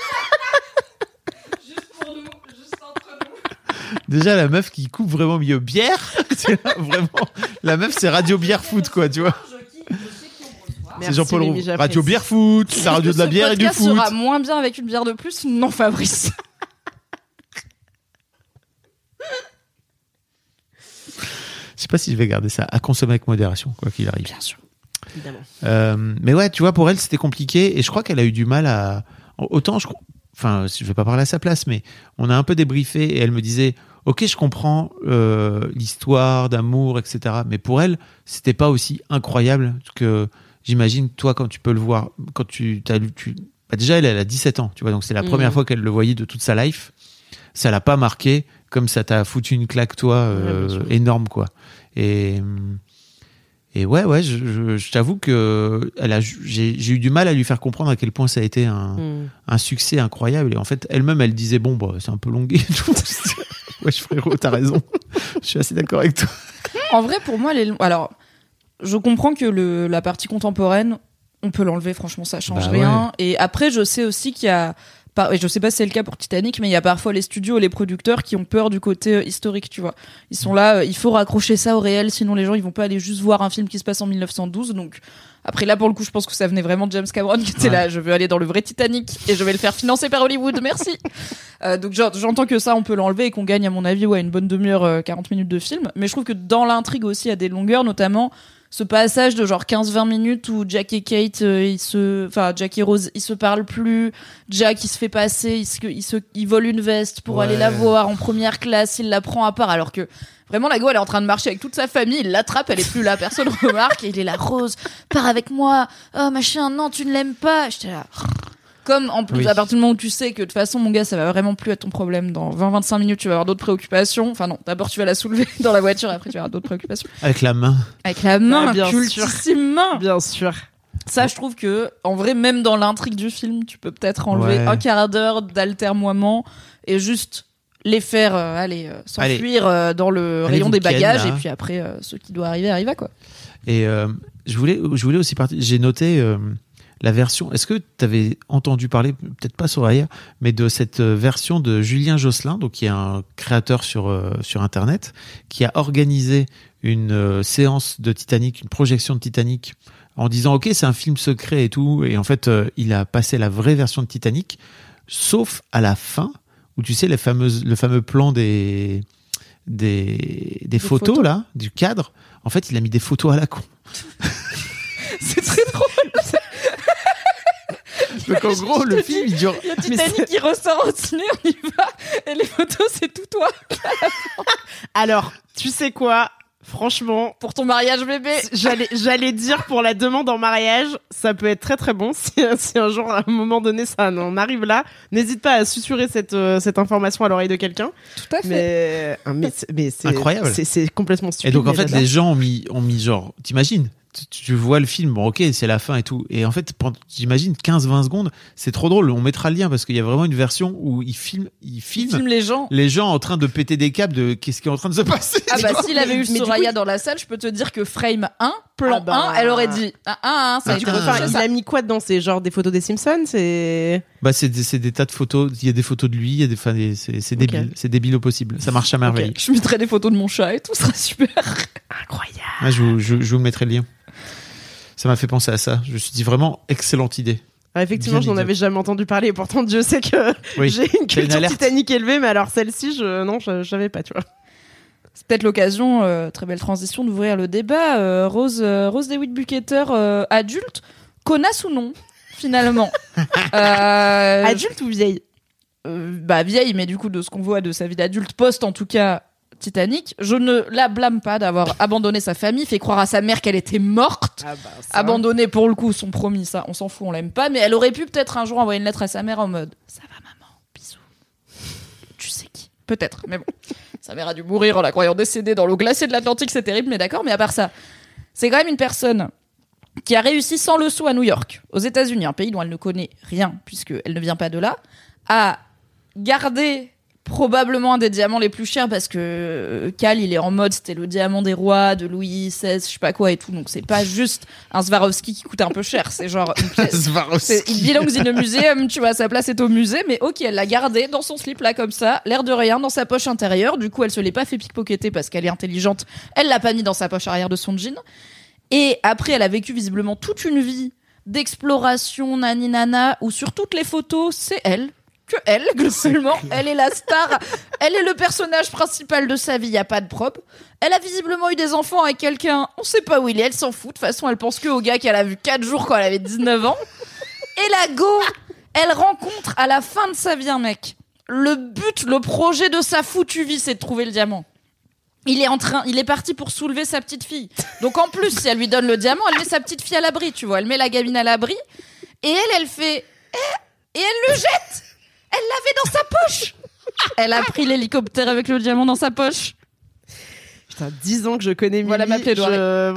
Juste pour nous, juste entre nous. Déjà la meuf qui coupe vraiment milieu bière, vraiment la meuf c'est Radio Bière Foot quoi, tu vois. C'est Jean-Paul Roux. Radio Bière Foot, c'est la radio de la bière et du foot. Ce podcast sera moins bien avec une bière de plus, non Fabrice. Je sais pas si je vais garder ça à consommer avec modération, quoi qu'il arrive. Bien sûr. Évidemment. Mais ouais, tu vois, pour elle, c'était compliqué et je crois qu'elle a eu du mal à. Autant, je vais pas parler à sa place, mais on a un peu débriefé et elle me disait ok, je comprends l'histoire d'amour, etc. Mais pour elle, c'était pas aussi incroyable que j'imagine, toi, quand tu peux le voir, quand déjà, elle a 17 ans, tu vois, donc c'est la première fois qu'elle le voyait de toute sa life. Ça l'a pas marqué comme ça t'a foutu une claque, toi, énorme, quoi. Et ouais, je t'avoue que j'ai eu du mal à lui faire comprendre à quel point ça a été un succès incroyable. Et en fait, elle-même, elle disait bon, bah, c'est un peu longué et tout. Ouais, frérot, t'as raison. Je suis assez d'accord avec toi. En vrai, pour moi, alors, je comprends que la partie contemporaine, on peut l'enlever. Franchement, ça change rien. Ouais. Et après, je sais aussi qu'il y a. Et je sais pas si c'est le cas pour Titanic, mais il y a parfois les studios et les producteurs qui ont peur du côté historique, tu vois. Ils sont là, il faut raccrocher ça au réel, sinon les gens ils vont pas aller juste voir un film qui se passe en 1912. Donc après là pour le coup, je pense que ça venait vraiment de James Cameron qui était là, je veux aller dans le vrai Titanic et je vais le faire financer par Hollywood, merci. Donc j'entends que ça on peut l'enlever et qu'on gagne à mon avis une bonne demi-heure, 40 minutes de film. Mais je trouve que dans l'intrigue aussi il y a des longueurs, notamment ce passage de genre 15-20 minutes où Jack et Kate, Jack et Rose, ils se parlent plus. Jack, il se fait passer, il vole une veste pour aller la voir en première classe, il la prend à part, alors que vraiment la go, elle est en train de marcher avec toute sa famille, il l'attrape, elle est plus là, personne remarque, et il est là, Rose, pars avec moi. Oh machin, non, tu ne l'aimes pas. J'étais là. Comme en plus, à partir du moment où tu sais que de toute façon, mon gars, ça va vraiment plus être ton problème. Dans 20-25 minutes, tu vas avoir d'autres préoccupations. Enfin non, d'abord tu vas la soulever dans la voiture, après tu vas avoir d'autres préoccupations. Avec la main. Avec la main, bien cultissime main. Bien sûr. Ça, je trouve que, en vrai, même dans l'intrigue du film, tu peux peut-être enlever un quart d'heure d'altermoiement et juste les faire s'enfuir dans le rayon des bagages, et puis après, ce qui doit arriver, arriva, quoi. Et je voulais aussi partir. J'ai noté la version. Est-ce que tu avais entendu parler, peut-être pas Soraya, mais de cette version de Julien Josselin, donc qui est un créateur sur Internet, qui a organisé une séance de Titanic, une projection de Titanic, en disant ok, c'est un film secret et tout, et en fait il a passé la vraie version de Titanic, sauf à la fin où tu sais le fameux plan des photos là, du cadre. En fait, il a mis des photos à la con. C'est très drôle. Donc en gros, le film il dure. Il y a Titanic qui ressort au ciné, on y va, et les photos c'est tout toi. Alors, tu sais quoi? Franchement, Pour ton mariage bébé. j'allais dire pour la demande en mariage, ça peut être très très bon si un jour à un moment donné ça en arrive là. N'hésite pas à susurrer cette information à l'oreille de quelqu'un. Tout à fait. Mais c'est Incroyable. C'est complètement stupide. Et donc en mais fait, j'adore. les gens ont mis genre, t'imagines, tu vois le film, bon ok, c'est la fin et tout. Et en fait, j'imagine 15-20 secondes, c'est trop drôle. On mettra le lien parce qu'il y a vraiment une version où il filme les gens. en train de péter des câbles de qu'est-ce qui est en train de se passer. Ah bah s'il avait eu Mais du Soraya coup, dans la salle, je peux te dire que frame 1, plan Ah bah. 1, elle aurait dit ça a été Attends, refait, il ça. a mis quoi dedans? C'est genre des photos des Simpsons? Bah c'est des tas de photos. Il y a des photos de lui, il y a c'est débile, c'est débile au possible. Ça marche à merveille. Je mettrai des photos de mon chat et tout sera super. Incroyable. Ouais, je vous mettrai le lien. Ça m'a fait penser à ça. Je me suis dit vraiment excellente idée. Effectivement, Bien je n'en idiot. avais jamais entendu parler et pourtant Dieu sait que Oui. j'ai une T'as une culture alerte. Titanic élevée, mais alors celle-ci, je savais pas, tu vois. C'est peut-être l'occasion, très belle transition, d'ouvrir le débat. Rose DeWitt Bukater, adulte, connasse ou non, finalement. Adulte ou vieille? Bah vieille, mais du coup de ce qu'on voit de sa vie d'adulte post en tout cas Titanic, je ne la blâme pas d'avoir abandonné sa famille, fait croire à sa mère qu'elle était morte, abandonné pour le coup son promis, ça on s'en fout, on l'aime pas, mais elle aurait pu peut-être un jour envoyer une lettre à sa mère en mode ça va maman, bisous, tu sais qui, peut-être, mais bon, sa mère a dû mourir en la croyant décédée dans l'eau glacée de l'Atlantique, c'est terrible, mais d'accord, mais à part ça, c'est quand même une personne qui a réussi sans le sou à New York, aux États-Unis, un pays dont elle ne connaît rien puisqu'elle ne vient pas de là, à garder probablement un des diamants les plus chers parce que Cal il est en mode c'était le diamant des rois de Louis XVI je sais pas quoi et tout, donc c'est pas juste un Swarovski qui coûte un peu cher, c'est genre une pièce, il belongs in a museum, tu vois, sa place est au musée, mais ok, elle l'a gardé dans son slip là comme ça, l'air de rien, dans sa poche intérieure, du coup elle se l'est pas fait pickpocketer parce qu'elle est intelligente, elle l'a pas mis dans sa poche arrière de son jean, et après elle a vécu visiblement toute une vie d'exploration nani nana où sur toutes les photos c'est elle, globalement, elle est la star, elle est le personnage principal de sa vie, y a pas de prop. Elle a visiblement eu des enfants avec quelqu'un, on sait pas où il est, elle s'en fout, de toute façon elle pense que au gars qu'elle a vu 4 jours quand elle avait 19 ans. Et la go, elle rencontre à la fin de sa vie un mec. Le but, le projet de sa foutue vie, c'est de trouver le diamant. Il est parti pour soulever sa petite fille. Donc en plus, si elle lui donne le diamant, elle met sa petite fille à l'abri, tu vois, elle met la gamine à l'abri, et elle fait, et elle le jette. Elle l'avait dans sa poche. Elle a pris l'hélicoptère avec le diamant dans sa poche. Putain, 10 ans que je connais Mimi. Voilà ma plaidoirie.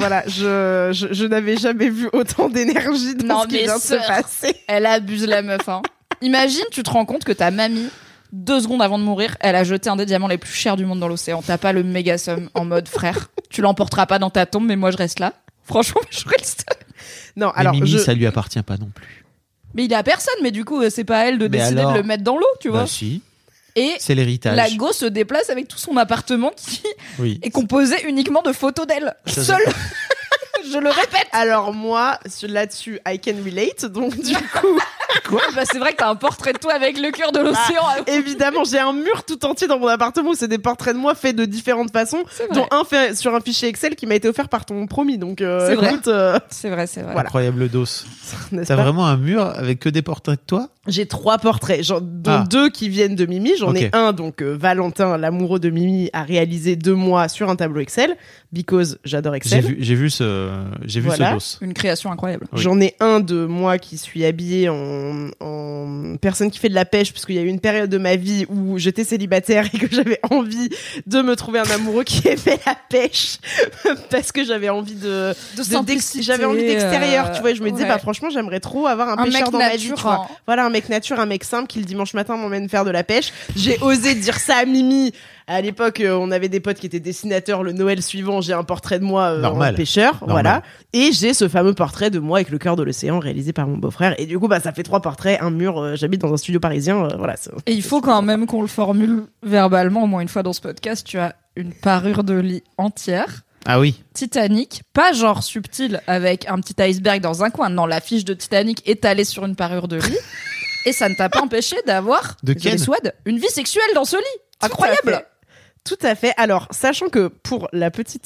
Je n'avais jamais vu autant d'énergie dans ce qui vient de se passer. Elle abuse la meuf. Hein. Imagine, tu te rends compte que ta mamie, 2 secondes avant de mourir, elle a jeté un des diamants les plus chers du monde dans l'océan. T'as pas le méga somme en mode frère. Tu l'emporteras pas dans ta tombe, mais moi je reste là. Franchement, je reste. Non, Mais alors Mimi, ça lui appartient pas non plus. Mais il est à personne, mais du coup, c'est pas à elle de Mais décider alors de le mettre dans l'eau, tu vois. Bah si, Et c'est l'héritage. la go se déplace avec tout son appartement qui Oui. est composé uniquement de photos d'elle. Ça, Seule. Je le répète. Alors moi, là-dessus, I can relate, donc du coup... Bah, c'est vrai que t'as un portrait de toi avec le cœur de l'océan. Évidemment, j'ai un mur tout entier dans mon appartement où c'est des portraits de moi faits de différentes façons, C'est vrai. dont un fait sur un fichier Excel qui m'a été offert par ton promis, donc C'est vrai. écoute, C'est vrai. Voilà. Incroyable dos. n'est-ce T'as pas vraiment un mur avec que des portraits de toi? J'ai 3 portraits, dont 2 qui viennent de Mimi. J'en ai Ok. un, donc Valentin, l'amoureux de Mimi, a réalisé 2 mois sur un tableau Excel, because j'adore Excel. J'ai vu ce Voilà. dos. Une création incroyable. Oui. J'en ai un de moi qui suis habillée en personne qui fait de la pêche, parce qu'il y a eu une période de ma vie où j'étais célibataire et que j'avais envie de me trouver un amoureux qui aimait la pêche, parce que j'avais envie simplicité, j'avais envie d'extérieur, tu vois. Et je me disais, ouais. bah franchement, j'aimerais trop avoir un Un pêcheur mec dans ma vie, tu nature, vois. hein. Voilà, un mec nature, un mec simple qui le dimanche matin m'emmène faire de la pêche. J'ai osé dire ça à Mimi. À l'époque, on avait des potes qui étaient dessinateurs. Le Noël suivant, j'ai un portrait de moi Normal. en pêcheur, Normal. voilà. Et j'ai ce fameux portrait de moi avec le cœur de l'océan réalisé par mon beau-frère. Et du coup, ça fait 3 portraits, un mur. J'habite dans un studio parisien, voilà. Et il faut quand même qu'on le formule verbalement au moins une fois dans ce podcast. Tu as une parure de lit entière. Ah oui. Titanic, pas genre subtil avec un petit iceberg dans un coin. Non, la fiche de Titanic étalée sur une parure de lit. Et ça ne t'a pas empêché d'avoir, Ken. une vie sexuelle dans ce lit. Incroyable. Tout à fait. Alors, sachant que pour le petit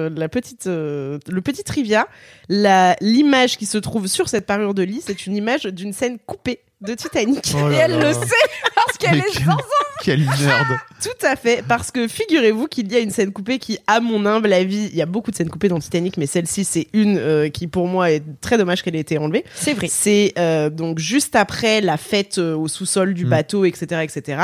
trivia, l'image qui se trouve sur cette parure de lit, c'est une image d'une scène coupée de Titanic. Oh Et là elle là. le sait parce qu'elle Mais est sans Quelle nerd. Tout à fait, parce que figurez-vous qu'il y a une scène coupée qui, à mon humble avis, il y a beaucoup de scènes coupées dans Titanic, mais celle-ci, c'est une qui, pour moi, est très dommage qu'elle ait été enlevée. C'est vrai. C'est donc juste après la fête au sous-sol du bateau, etc., etc.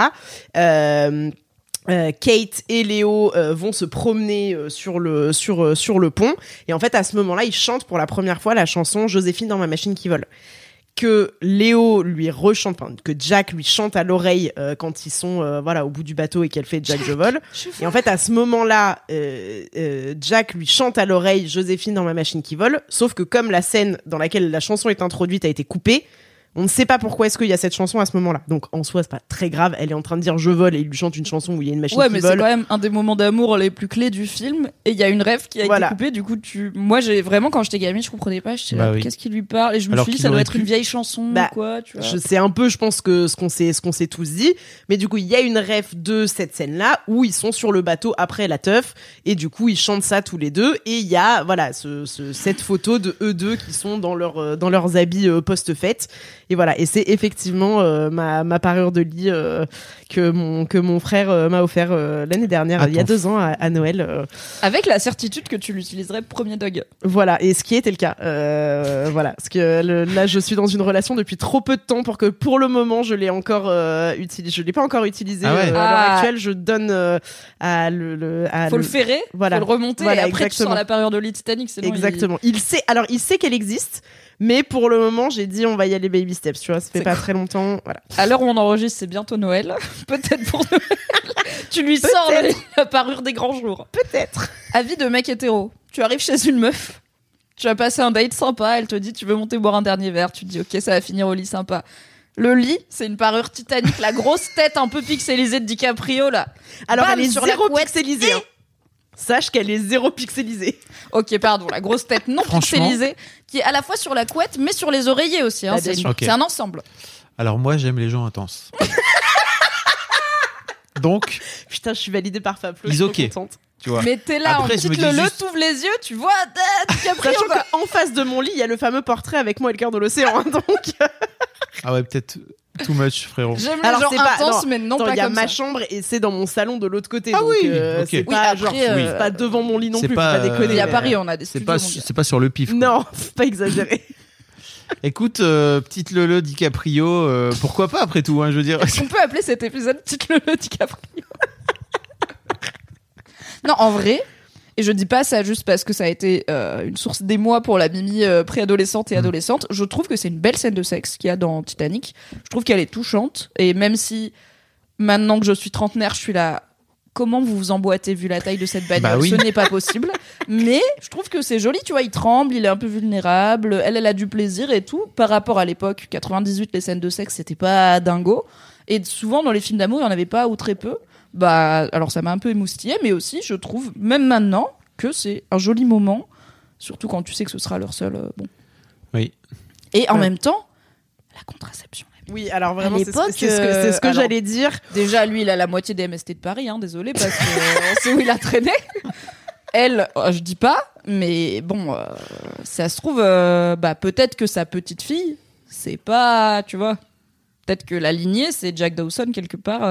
Kate et Léo vont se promener sur le pont, et en fait à ce moment-là ils chantent pour la première fois la chanson Joséphine dans ma machine qui vole, que Léo lui rechante, que Jack lui chante à l'oreille quand ils sont au bout du bateau et qu'elle fait Jack je vole. Et en fait à ce moment-là Jack lui chante à l'oreille Joséphine dans ma machine qui vole, sauf que comme la scène dans laquelle la chanson est introduite a été coupée, on ne sait pas pourquoi est-ce qu'il y a cette chanson à ce moment-là. Donc en soi, c'est pas très grave. Elle est en train de dire je vole et il lui chante une chanson où il y a une machine qui vole. Ouais, mais c'est quand même un des moments d'amour les plus clés du film. Et il y a une rêve qui a été coupée. Du coup, moi, j'ai vraiment, quand j'étais gamine, je comprenais pas. Je suis là, qu'est-ce qu'il lui parle? Et je me suis dit, ça doit être une vieille chanson ou quoi, tu vois. Je sais un peu, je pense que ce qu'on s'est tous dit. Mais du coup, il y a une rêve de cette scène-là où ils sont sur le bateau après la teuf. Et du coup, ils chantent ça tous les deux. Et il y a, cette photo de eux deux qui sont dans leurs habits post-fête. Et voilà. Et c'est effectivement ma parure de lit que mon frère m'a offert l'année dernière, il y a 2 ans à Noël. Avec la certitude que tu l'utiliserais premier dog. Voilà, et ce qui était le cas. Voilà, parce que là je suis dans une relation depuis trop peu de temps pour que pour le moment je l'ai encore utilisé. Je l'ai pas encore utilisé. À l'heure actuelle, je donne faut le ferrer, voilà. Faut le remonter, et après tu sors la parure de lit Titanic. Exactement. Il sait qu'elle existe. Mais pour le moment, j'ai dit on va y aller baby steps, tu vois, ça fait pas très longtemps, voilà. À l'heure où on enregistre, c'est bientôt Noël. Peut-être pour Noël. Tu lui sors la parure des grands jours. Peut-être. Avis de mec hétéro. Tu arrives chez une meuf, tu as passé un date sympa, elle te dit tu veux monter boire un dernier verre, tu te dis ok, ça va finir au lit sympa. Le lit, c'est une parure Titanic, la grosse tête un peu pixelisée de DiCaprio là. Alors bam, elle est sur zéro la couette pixelisée. Sache qu'elle est 0 pixelisée. Ok, pardon, la grosse tête non pixelisée qui est à la fois sur la couette mais sur les oreillers aussi. Hein, c'est un ensemble. Alors moi, j'aime les gens intenses. Donc, putain, je suis validée par Fablo. Ils ok. Contente. Tu vois. Mais t'es là, après, on quitte le t'ouvres les yeux, tu vois, DiCaprio. Sachant qu'en face de mon lit, il y a le fameux portrait avec moi et le cœur de l'océan. Hein, donc. Ah ouais, peut-être too much, frérot. J'aime les gens intenses, mais non pas comme ça. Il y a ma chambre et c'est dans mon salon de l'autre côté. Ah donc, oui, ok. c'est pas c'est pas devant mon lit non plus. Faut pas déconner. Et à Paris, on a des studios. C'est pas sur le pif. Quoi. Non, faut pas exagérer. Écoute, petite Lele DiCaprio, pourquoi pas après tout, hein, je veux dire. On peut appeler cet épisode petite Lele DiCaprio. Non, en vrai, et je dis pas ça juste parce que ça a été une source d'émoi pour la Mimi préadolescente et adolescente, je trouve que c'est une belle scène de sexe qu'il y a dans Titanic. Je trouve qu'elle est touchante, et même si maintenant que je suis trentenaire, je suis là, comment vous vous emboîtez vu la taille de cette bagnole? Oui. Ce n'est pas possible. Mais je trouve que c'est joli, tu vois, il tremble, il est un peu vulnérable, elle a du plaisir et tout. Par rapport à l'époque, 98, les scènes de sexe, c'était pas dingo. Et souvent, dans les films d'amour, il n'y en avait pas ou très peu. Alors ça m'a un peu émoustillé, mais aussi, je trouve, même maintenant, que c'est un joli moment, surtout quand tu sais que ce sera leur seul. Oui. Et en même temps, la contraception. Oui, alors vraiment, c'est l'époque, ce que j'allais dire. Déjà, lui, il a la moitié des MST de Paris, hein, désolé, parce que c'est où il a traîné. Elle, je dis pas, mais bon, ça se trouve, peut-être que sa petite fille, c'est pas, tu vois, peut-être que la lignée, c'est Jack Dawson quelque part.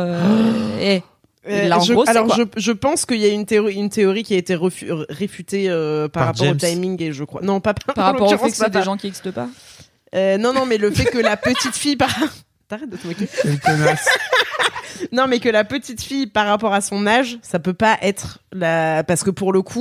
Je pense qu'il y a une théorie qui a été réfutée par rapport James. au timing, et je crois. Non, pas par rapport au fait que c'est des gens qui n'existent pas. Non, mais le fait que la petite fille T'arrêtes de te moquer. Non, mais que la petite fille, par rapport à son âge, ça peut pas être parce que pour le coup,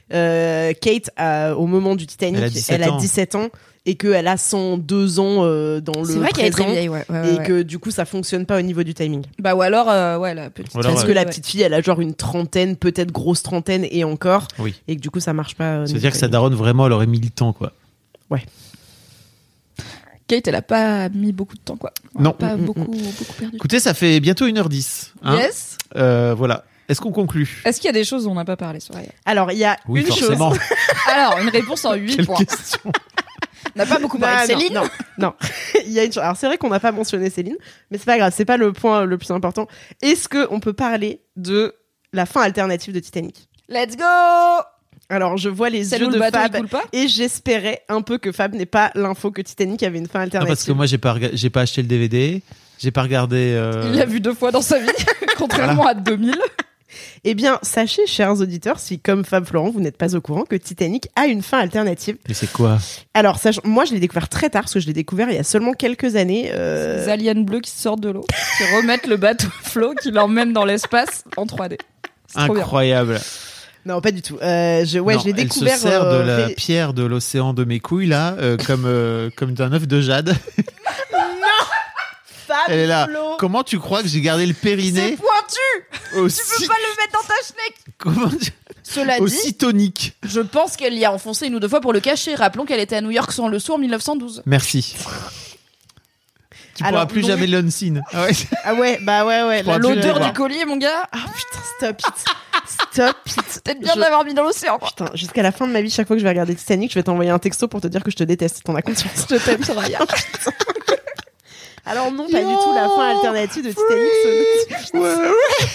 Kate, au moment du Titanic, elle a 17 ans. Et qu'elle a 102 ans dans le C'est vrai qu'elle est très vieille, et que du coup ça fonctionne pas au niveau du timing. Bah ou alors, la petite. Parce que la petite fille, elle a genre une trentaine, peut-être grosse trentaine et encore, et que du coup ça marche pas. C'est-à-dire que sa daronne vraiment, elle aurait mis le temps, quoi. Ouais. Kate, elle a pas mis beaucoup de temps, quoi. Non. Pas beaucoup perdu. Écoutez, ça fait bientôt 1h10. Hein. Yes. Voilà. Est-ce qu'on conclut ? Est-ce qu'il y a des choses dont on n'a pas parlé, Soraya ? Alors il y a une forcément. chose. Alors une réponse en 8 Quelle points. question. On n'a pas beaucoup parlé de Céline. Non. Il y a une chose. Alors c'est vrai qu'on n'a pas mentionné Céline, mais c'est pas grave, c'est pas le point le plus important. Est-ce qu'on peut parler de la fin alternative de Titanic ? Let's go. Alors je vois les Celle yeux où de le bateau, Fab il coule pas et j'espérais un peu que Fab n'ait pas l'info que Titanic avait une fin alternative. Parce que moi j'ai pas acheté le DVD, j'ai pas regardé. Il l'a vu 2 fois dans sa vie, contrairement à 2000. Eh bien, sachez, chers auditeurs, si comme Fab Florent, vous n'êtes pas au courant, que Titanic a une fin alternative. Mais c'est quoi ? Alors, moi, je l'ai découvert très tard, parce que je l'ai découvert il y a seulement quelques années. Des aliens bleus qui sortent de l'eau, qui remettent le bateau à flot, qui l'emmènent dans l'espace en 3D. C'est trop bien. Incroyable. Non, pas du tout. Je l'ai découvert. Elle se sert de la pierre de l'océan de mes couilles, là, comme d'un œuf de jade. Elle est là. Flo. Comment tu crois que j'ai gardé le périnée C'est pointu. aussi... Tu peux pas le mettre dans ta schneck. Comment tu... Cela aussi dit, tonique. je pense qu'elle y a enfoncé 1 ou 2 fois pour le cacher. Rappelons qu'elle était à New York sans le sou en 1912. Merci. Tu pourras plus jamais l'unseen. Ah ouais, bah ouais. L'odeur du collier, mon gars. Ah putain, stop it. Peut-être bien de l'avoir mis dans l'océan. Putain, jusqu'à la fin de ma vie, chaque fois que je vais regarder Titanic, je vais t'envoyer un texto pour te dire que je te déteste. T'en as conscience. Je t'aime, Soraya. Alors non, pas du tout la fin alternative de Titanic. Ouais.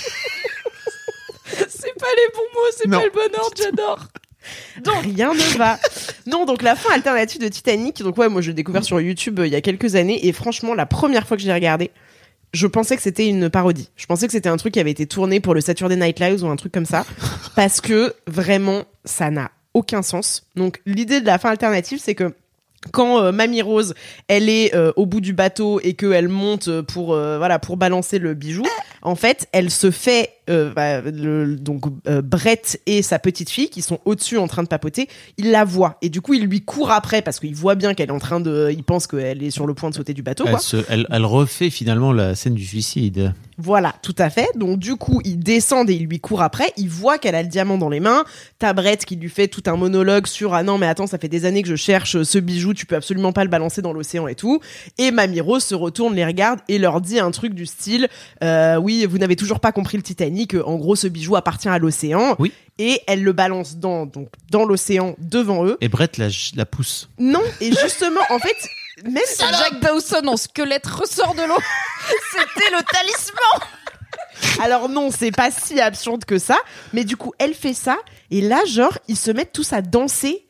C'est pas les bons mots, c'est Non. pas le bon ordre, j'adore. Donc rien ne va. Non, donc la fin alternative de Titanic. Donc ouais, moi je l'ai découvert sur YouTube il y a quelques années et franchement, la première fois que je l'ai regardé, je pensais que c'était une parodie. Je pensais que c'était un truc qui avait été tourné pour le Saturday Night Live ou un truc comme ça, parce que vraiment, ça n'a aucun sens. Donc l'idée de la fin alternative, c'est que quand Mamie Rose, elle est au bout du bateau et qu'elle monte pour balancer le bijou, en fait, elle se fait Brett et sa petite fille qui sont au-dessus en train de papoter, il la voit et du coup il lui court après parce qu'il voit bien qu'elle est en train il pense qu'elle est sur le point de sauter du bateau. Elle refait finalement la scène du suicide. Voilà, tout à fait. Donc du coup, ils descendent et il lui court après. Il voit qu'elle a le diamant dans les mains. T'as Brett qui lui fait tout un monologue sur « Ah non, mais attends, ça fait des années que je cherche ce bijou, tu peux absolument pas le balancer dans l'océan et tout. » Et Mamie Rose se retourne, les regarde et leur dit un truc du style « Oui, vous n'avez toujours pas compris le Titanic. En gros, ce bijou appartient à l'océan. » Oui. Et elle le balance dans l'océan devant eux. Et Brett la pousse. Non, et justement, en fait... Même Si Jack Dawson en squelette ressort de l'eau, c'était le talisman. Alors non, c'est pas si absurde que ça, mais du coup, elle fait ça, et là, genre, ils se mettent tous à danser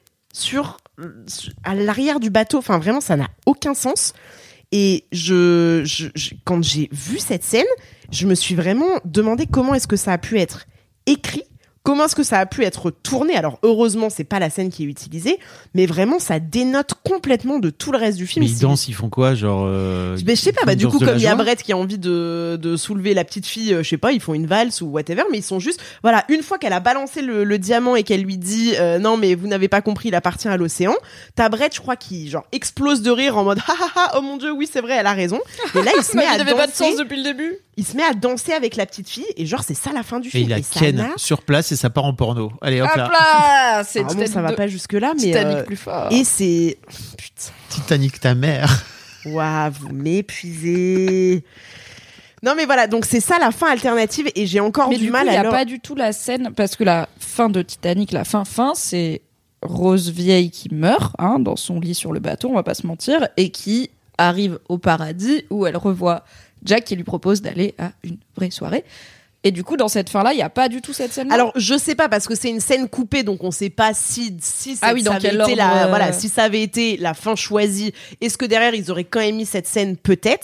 à l'arrière du bateau. Enfin, vraiment, ça n'a aucun sens. Et quand j'ai vu cette scène, je me suis vraiment demandé comment est-ce que ça a pu être écrit. Comment est-ce que ça a pu être tourné ? Alors heureusement, c'est pas la scène qui est utilisée, mais vraiment ça dénote complètement de tout le reste du film. Mais ils dansent, ils font quoi, genre Mais je sais pas. Du coup, comme il y a joie Brett qui a envie de soulever la petite fille, je sais pas, ils font une valse ou whatever, mais ils sont juste, voilà, une fois qu'elle a balancé le diamant et qu'elle lui dit non mais vous n'avez pas compris, il appartient à l'océan. T'as Brett, je crois, qui genre explose de rire en mode ha ha ha, oh mon dieu, oui c'est vrai, elle a raison. Et là il se met à danser. Pas de sens depuis le début. Il se met à danser avec la petite fille et genre c'est ça la fin du film. Et il a Ken sur place et ça part en porno. Allez hop là. C'est bon, ça va pas jusque là, mais Titanic plus fort. Et c'est putain. Titanic ta mère. Waouh, vous m'épuisez. Non mais voilà, donc c'est ça la fin alternative et j'ai encore du mal à. Il y a pas du tout la scène parce que la fin de Titanic, la fin, c'est Rose vieille qui meurt dans son lit sur le bateau, on va pas se mentir, et qui arrive au paradis où elle revoit Jack qui lui propose d'aller à une vraie soirée. Et du coup, dans cette fin-là, il n'y a pas du tout cette scène-là. Alors, je sais pas, parce que c'est une scène coupée, donc on sait pas si ça avait été si ça avait été la fin choisie. Est-ce que derrière, ils auraient quand même mis cette scène ? Peut-être.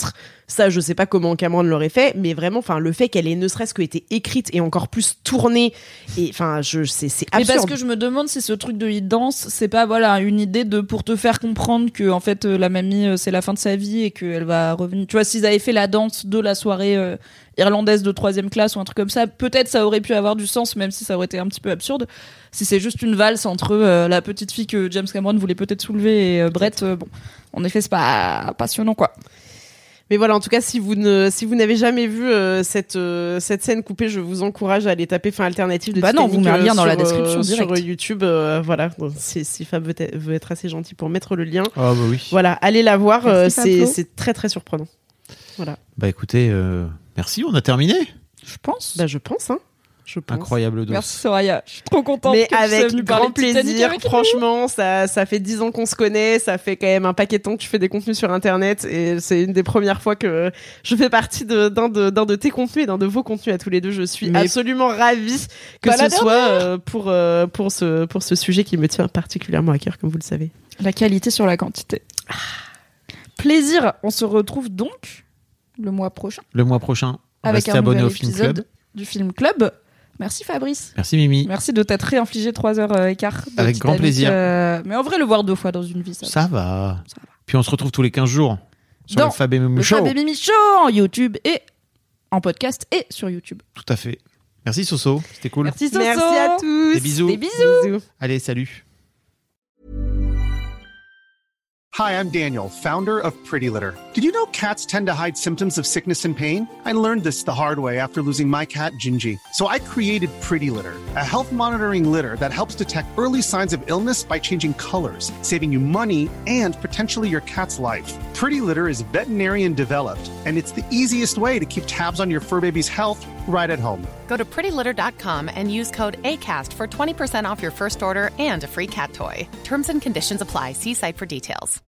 Ça, je sais pas comment Cameron l'aurait fait, mais vraiment, enfin, le fait qu'elle ait ne serait-ce que été écrite et encore plus tournée, et enfin, c'est absurde. Mais parce que je me demande si ce truc de hit dance, c'est pas voilà une idée de pour te faire comprendre que en fait la mamie c'est la fin de sa vie et qu'elle va revenir. Tu vois, s'ils avaient fait la danse de la soirée irlandaise de 3e classe ou un truc comme ça, peut-être ça aurait pu avoir du sens, même si ça aurait été un petit peu absurde. Si c'est juste une valse entre la petite fille que James Cameron voulait peut-être soulever et Brett, bon, en effet, c'est pas passionnant quoi. Mais voilà, en tout cas, si vous n'avez jamais vu cette scène coupée, je vous encourage à aller taper fin alternative de Titanic. Non, vous mettez un lien dans la description direct. Sur YouTube. Voilà, donc, si Fab veut être assez gentil pour mettre le lien. Ah bah oui. Voilà, allez la voir. Merci, c'est très très surprenant. Voilà. Bah écoutez, merci, on a terminé. Je pense. Bah je pense, hein. Je pense. Incroyable dose. Merci Soraya, je suis trop contente. Mais que tu sois avec venue parler grand de Titanic plaisir, avec nous. franchement, ça fait 10 ans qu'on se connaît, ça fait quand même un paquet de temps que tu fais des contenus sur Internet et c'est une des premières fois que je fais partie d'un de tes contenus et d'un de vos contenus à tous les deux. Je suis absolument ravie que ce soit pour ce sujet qui me tient particulièrement à cœur, comme vous le savez. La qualité sur la quantité. Plaisir, on se retrouve donc le mois prochain. Le mois prochain, avec restez un abonnés nouvel au Film épisode Club. Du Film Club. Merci Fabrice. Merci Mimi. Merci de t'être réinfligé 3h15. Avec grand plaisir. Mais en vrai, le voir 2 fois dans une vie, Ça va. Puis on se retrouve tous les 15 jours sur dans le Fab et Mimi Show. Le Fab et Mimi Show en YouTube et en podcast et sur YouTube. Tout à fait. Merci Soso, c'était cool. Merci Soso. Merci à tous. Des bisous. Des bisous. Allez, salut. Hi, I'm Daniel, founder of Pretty Litter. Did you know cats tend to hide symptoms of sickness and pain? I learned this the hard way after losing my cat, Gingy. So I created Pretty Litter, a health monitoring litter that helps detect early signs of illness by changing colors, saving you money and potentially your cat's life. Pretty Litter is veterinarian developed, and it's the easiest way to keep tabs on your fur baby's health right at home. Go to prettylitter.com and use code ACAST for 20% off your first order and a free cat toy. Terms and conditions apply. See site for details.